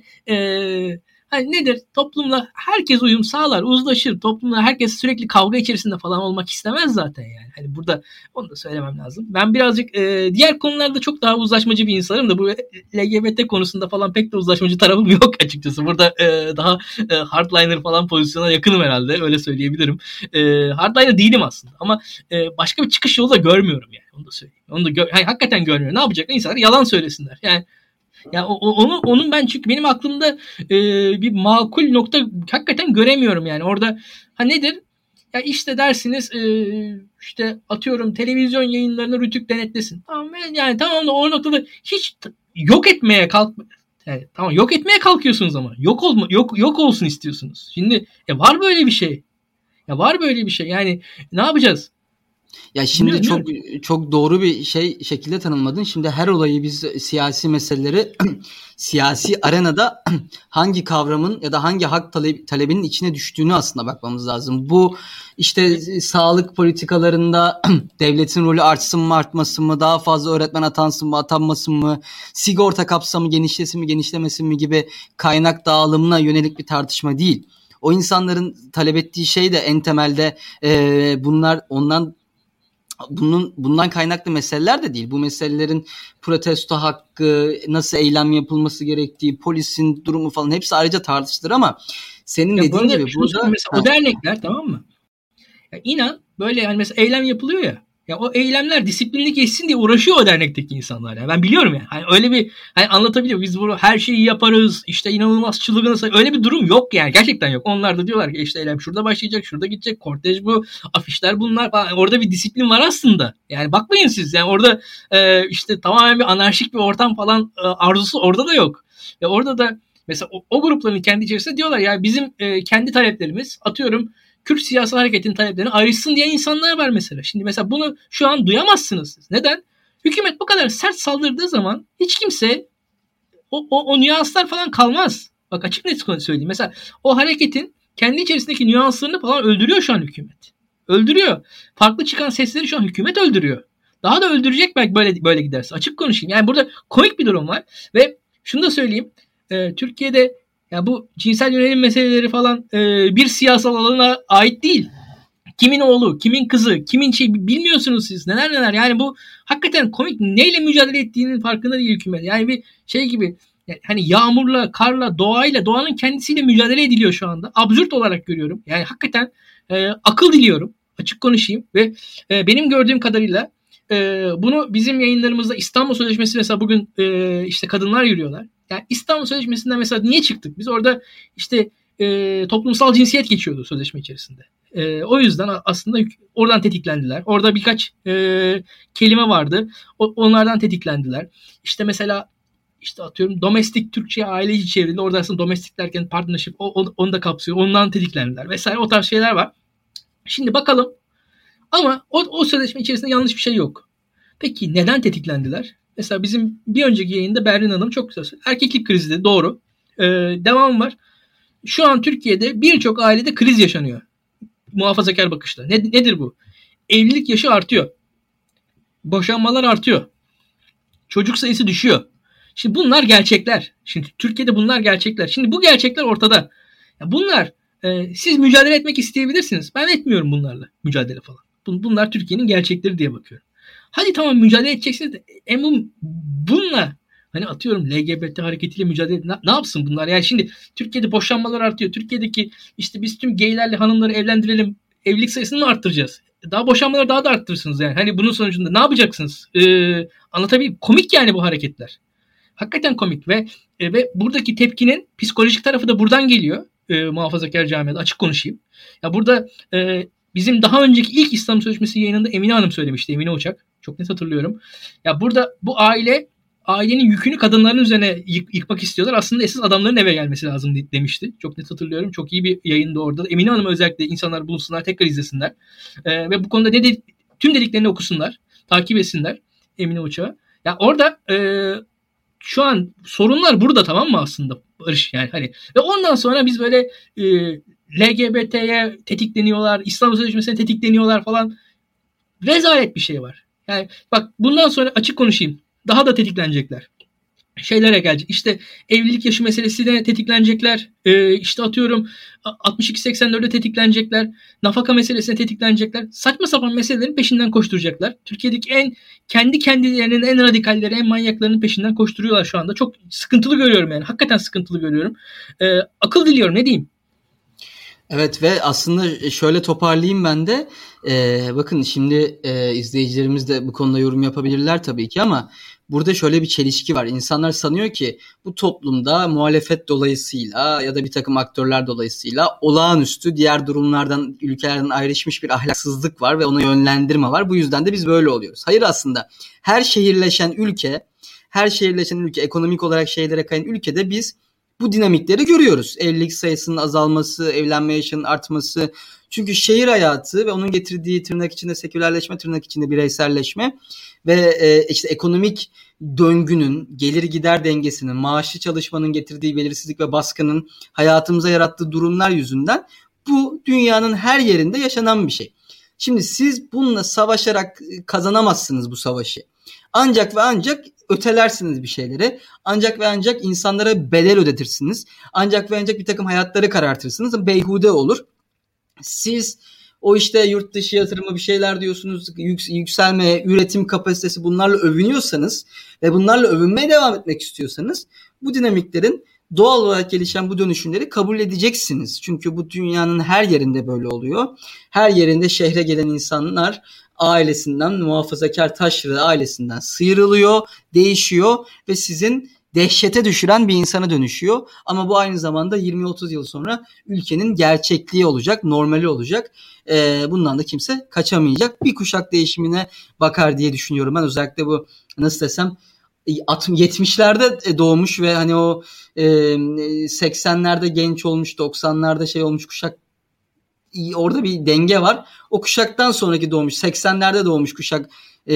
hani nedir? Toplumla herkes uyum sağlar, uzlaşır. Toplumla herkes sürekli kavga içerisinde falan olmak istemez zaten yani. Hani burada onu da söylemem lazım. Ben birazcık diğer konularda çok daha uzlaşmacı bir insanım da bu LGBT konusunda falan pek de uzlaşmacı tarafım yok açıkçası. Burada daha hardliner falan pozisyona yakınım herhalde. Öyle söyleyebilirim. Hardliner değilim aslında ama başka bir çıkış yolu da görmüyorum yani. Onu da söyleyeyim. Hakikaten görmüyorum. Ne yapacaklar? İnsanlar yalan söylesinler. Yani ya onun ben çünkü benim aklımda bir makul nokta hakikaten göremiyorum yani. Orada nedir? Ya işte dersiniz işte atıyorum televizyon yayınlarını Rütük denetlesin. Tamam yani tamam da o noktada hiç yok etmeye yani, tamam yok etmeye kalkıyorsunuz ama yok olsun istiyorsunuz. Şimdi var böyle bir şey. Ya var böyle bir şey. Yani ne yapacağız? Ya şimdi çok doğru bir şekilde tanımladın. Şimdi her olayı biz siyasi meseleleri siyasi arenada hangi kavramın ya da hangi hak talebinin içine düştüğünü aslında bakmamız lazım. Bu işte sağlık politikalarında devletin rolü artsın mı artmasın mı, daha fazla öğretmen atansın mı atanmasın mı, sigorta kapsamı genişlesin mi genişlemesin mi gibi kaynak dağılımına yönelik bir tartışma değil. O insanların talep ettiği şey de en temelde bundan kaynaklı meseleler de değil. Bu meselelerin protesto hakkı, nasıl eylem yapılması gerektiği, polisin durumu falan hepsi ayrıca tartışılır ama senin dediğin gibi burada mesela o dernekler tamam mı? Ya inan böyle yani mesela eylem yapılıyor ya. Ya o eylemler disiplinli geçsin diye uğraşıyor o dernekteki insanlar. Yani ben biliyorum ya. Hani öyle bir hani anlatabiliyor. Biz bunu her şeyi yaparız. İşte inanılmaz çılgınız. Öyle bir durum yok yani. Gerçekten yok. Onlar da diyorlar ki işte eylem şurada başlayacak, şurada gidecek. Kortej bu, afişler bunlar falan. Orada bir disiplin var aslında. Yani bakmayın siz. Yani orada işte tamamen bir anarşik bir ortam falan arzusu orada da yok. Ve orada da mesela o grupların kendi içerisinde diyorlar ya bizim kendi taleplerimiz, atıyorum Kürt siyasal hareketin taleplerini ayrışsın diye insanlar var mesela. Şimdi mesela bunu şu an duyamazsınız siz. Neden? Hükümet bu kadar sert saldırdığı zaman hiç kimse o nüanslar falan kalmaz. Bak açık net söyleyeyim. Mesela o hareketin kendi içerisindeki nüanslarını falan öldürüyor şu an hükümet. Öldürüyor. Farklı çıkan sesleri şu an hükümet öldürüyor. Daha da öldürecek belki böyle giderse. Açık konuşayım. Yani burada komik bir durum var. Ve şunu da söyleyeyim. Türkiye'de ya bu cinsel yönelim meseleleri falan bir siyasal alana ait değil. Kimin oğlu, kimin kızı, kimin şey bilmiyorsunuz siz. Neler. Yani bu hakikaten komik. Neyle mücadele ettiğinin farkında değil hükümet. Yani bir şey gibi yani hani yağmurla, karla, doğayla, doğanın kendisiyle mücadele ediliyor şu anda. Absürt olarak görüyorum. Yani hakikaten akıl diliyorum. Açık konuşayım ve benim gördüğüm kadarıyla bunu bizim yayınlarımızda İstanbul Sözleşmesi mesela bugün işte kadınlar yürüyorlar. Yani İstanbul Sözleşmesi'nden mesela niye çıktık? Biz orada işte toplumsal cinsiyet geçiyordu sözleşme içerisinde. O yüzden aslında oradan tetiklendiler. Orada birkaç kelime vardı. Onlardan tetiklendiler. İşte mesela işte atıyorum domestik Türkçe aile içi çevrildi. Orada aslında domestik derken partnership onu da kapsıyor. Ondan tetiklendiler vesaire. O tarz şeyler var. Şimdi bakalım. Ama o sözleşme içerisinde yanlış bir şey yok. Peki neden tetiklendiler? Mesela bizim bir önceki yayında Berrin Hanım çok güzel söyledi. Erkeklik krizi de doğru. Devam var. Şu an Türkiye'de birçok ailede kriz yaşanıyor. Muhafazakar bakışla. Nedir bu? Evlilik yaşı artıyor. Boşanmalar artıyor. Çocuk sayısı düşüyor. Şimdi bunlar gerçekler. Şimdi Türkiye'de bunlar gerçekler. Şimdi bu gerçekler ortada. Ya bunlar siz mücadele etmek isteyebilirsiniz. Ben etmiyorum bunlarla mücadele falan. Bunlar Türkiye'nin gerçekleri diye bakıyorum. Hadi tamam mücadele edeceksiniz de bununla hani atıyorum LGBT hareketiyle mücadele ne yapsın bunlar? Yani şimdi Türkiye'de boşanmalar artıyor. Türkiye'deki işte biz tüm gaylerle hanımları evlendirelim. Evlilik sayısını mı arttıracağız? Daha boşanmaları daha da arttırırsınız yani. Hani bunun sonucunda ne yapacaksınız? Anlatabiliyor. Komik yani bu hareketler. Hakikaten komik ve buradaki tepkinin psikolojik tarafı da buradan geliyor. Muhafazakar camiada açık konuşayım. Ya burada bizim daha önceki ilk İslam Sözleşmesi yayınında Emine Hanım söylemişti. Emine Uçak. Çok net hatırlıyorum. Ya burada bu ailenin yükünü kadınların üzerine yıkmak istiyorlar. Aslında esas adamların eve gelmesi lazım demişti. Çok net hatırlıyorum. Çok iyi bir yayında orada. Emine Hanım özellikle insanlar bulsunlar, tekrar izlesinler. Ve bu konuda tüm dediklerini okusunlar. Takip etsinler Emine Uçak'ı. Ya orada şu an sorunlar burada, tamam mı aslında Barış, yani hani ve ondan sonra biz böyle LGBT'ye tetikleniyorlar, İslam Sözleşmesi'ne tetikleniyorlar falan. Rezalet bir şey var. Yani bak bundan sonra açık konuşayım. Daha da tetiklenecekler. Şeylere gelecek. İşte evlilik yaşı meselesine tetiklenecekler. İşte atıyorum 62-84'e tetiklenecekler. Nafaka meselesine tetiklenecekler. Saçma sapan meselelerin peşinden koşturacaklar. Türkiye'deki kendi kendilerinin en radikalleri, en manyaklarının peşinden koşturuyorlar şu anda. Çok sıkıntılı görüyorum yani. Hakikaten sıkıntılı görüyorum. Akıl diliyorum, ne diyeyim? Evet ve aslında şöyle toparlayayım ben de. Bakın şimdi izleyicilerimiz de bu konuda yorum yapabilirler tabii ki ama burada şöyle bir çelişki var. İnsanlar sanıyor ki bu toplumda muhalefet dolayısıyla ya da bir takım aktörler dolayısıyla olağanüstü diğer durumlardan, ülkelerden ayrışmış bir ahlaksızlık var ve ona yönlendirme var. Bu yüzden de biz böyle oluyoruz. Hayır, aslında her şehirleşen ülke ekonomik olarak şeylere kayan ülkede biz bu dinamikleri görüyoruz. Evlilik sayısının azalması, evlenme yaşının artması. Çünkü şehir hayatı ve onun getirdiği tırnak içinde sekülerleşme, tırnak içinde bireyselleşme ve işte ekonomik döngünün, gelir gider dengesinin, maaşlı çalışmanın getirdiği belirsizlik ve baskının hayatımıza yarattığı durumlar yüzünden bu dünyanın her yerinde yaşanan bir şey. Şimdi siz bununla savaşarak kazanamazsınız bu savaşı. Ancak ve ancak ötelersiniz bir şeyleri. Ancak ve ancak insanlara bedel ödetirsiniz. Ancak ve ancak bir takım hayatları karartırsınız. Beyhude olur. Siz o işte yurt dışı yatırımı bir şeyler diyorsunuz, yükselme, üretim kapasitesi, bunlarla övünüyorsanız ve bunlarla övünmeye devam etmek istiyorsanız bu dinamiklerin Doğal olarak gelişen bu dönüşümleri kabul edeceksiniz. Çünkü bu dünyanın her yerinde böyle oluyor. Her yerinde şehre gelen insanlar ailesinden, muhafazakar taşra ailesinden sıyrılıyor, değişiyor ve sizin dehşete düşüren bir insana dönüşüyor. Ama bu aynı zamanda 20-30 yıl sonra ülkenin gerçekliği olacak, normali olacak. Bundan da kimse kaçamayacak. Bir kuşak değişimine bakar diye düşünüyorum ben. Özellikle bu nasıl desem 70'lerde doğmuş ve hani o 80'lerde genç olmuş, 90'larda şey olmuş kuşak, orada bir denge var. O kuşaktan sonraki doğmuş, 80'lerde doğmuş kuşak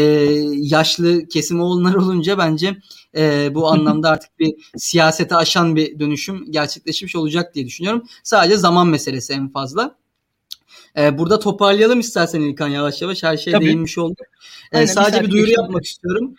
yaşlı kesimi onlar olunca bence bu anlamda artık bir siyasete aşan bir dönüşüm gerçekleşmiş olacak diye düşünüyorum. Sadece zaman meselesi en fazla. Burada toparlayalım istersen İlkan, yavaş yavaş her şeye değinmiş olduk. Sadece bir duyuru yapmak istiyorum.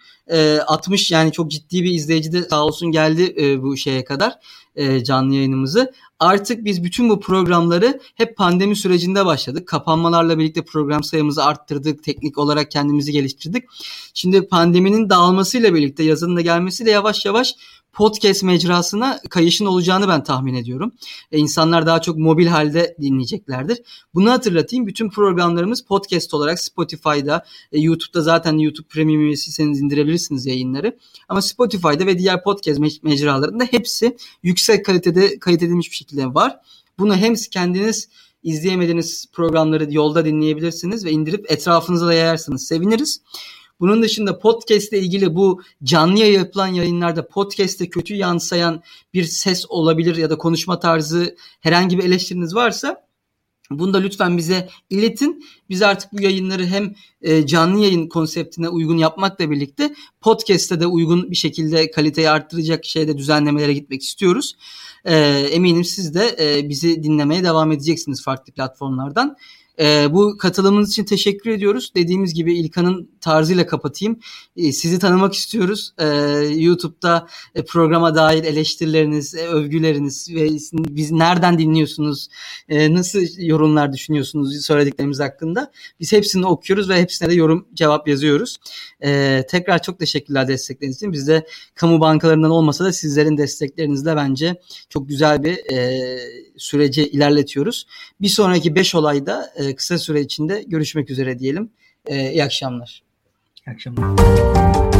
60 yani çok ciddi bir izleyici de sağ olsun geldi bu şeye kadar canlı yayınımızı. Artık biz bütün bu programları hep pandemi sürecinde başladık. Kapanmalarla birlikte program sayımızı arttırdık. Teknik olarak kendimizi geliştirdik. Şimdi pandeminin dağılmasıyla birlikte, yazının da gelmesiyle yavaş yavaş podcast mecrasına kayışın olacağını ben tahmin ediyorum. İnsanlar daha çok mobil halde dinleyeceklerdir. Bunu hatırlatayım. Bütün programlarımız podcast olarak Spotify'da, YouTube'da zaten YouTube Premium üyesiyseniz indirebilirsiniz yayınları. Ama Spotify'da ve diğer podcast mecralarında hepsi yüksek kalitede kayıt edilmiş bir şekilde var. Bunu hem kendiniz izleyemediğiniz programları yolda dinleyebilirsiniz ve indirip etrafınıza da yayarsınız. Seviniriz. Bunun dışında podcast ile ilgili bu canlı yapılan yayınlarda podcast'te kötü yansıyan bir ses olabilir ya da konuşma tarzı herhangi bir eleştiriniz varsa bunu da lütfen bize iletin. Biz artık bu yayınları hem canlı yayın konseptine uygun yapmakla birlikte podcast'te de uygun bir şekilde kaliteyi arttıracak şeyde düzenlemelere gitmek istiyoruz. Eminim siz de bizi dinlemeye devam edeceksiniz farklı platformlardan. Bu katılımınız için teşekkür ediyoruz. Dediğimiz gibi İlkan'ın tarzıyla kapatayım. Sizi tanımak istiyoruz. YouTube'da programa dair eleştirileriniz, övgüleriniz ve biz nereden dinliyorsunuz, nasıl yorumlar düşünüyorsunuz söylediklerimiz hakkında. Biz hepsini okuyoruz ve hepsine de yorum cevap yazıyoruz. Tekrar çok teşekkürler destekleriniz için. Biz de kamu bankalarından olmasa da sizlerin desteklerinizle bence çok güzel bir süreci ilerletiyoruz. Bir sonraki 5 olayda kısa süre içinde görüşmek üzere diyelim. İyi akşamlar. İyi akşamlar.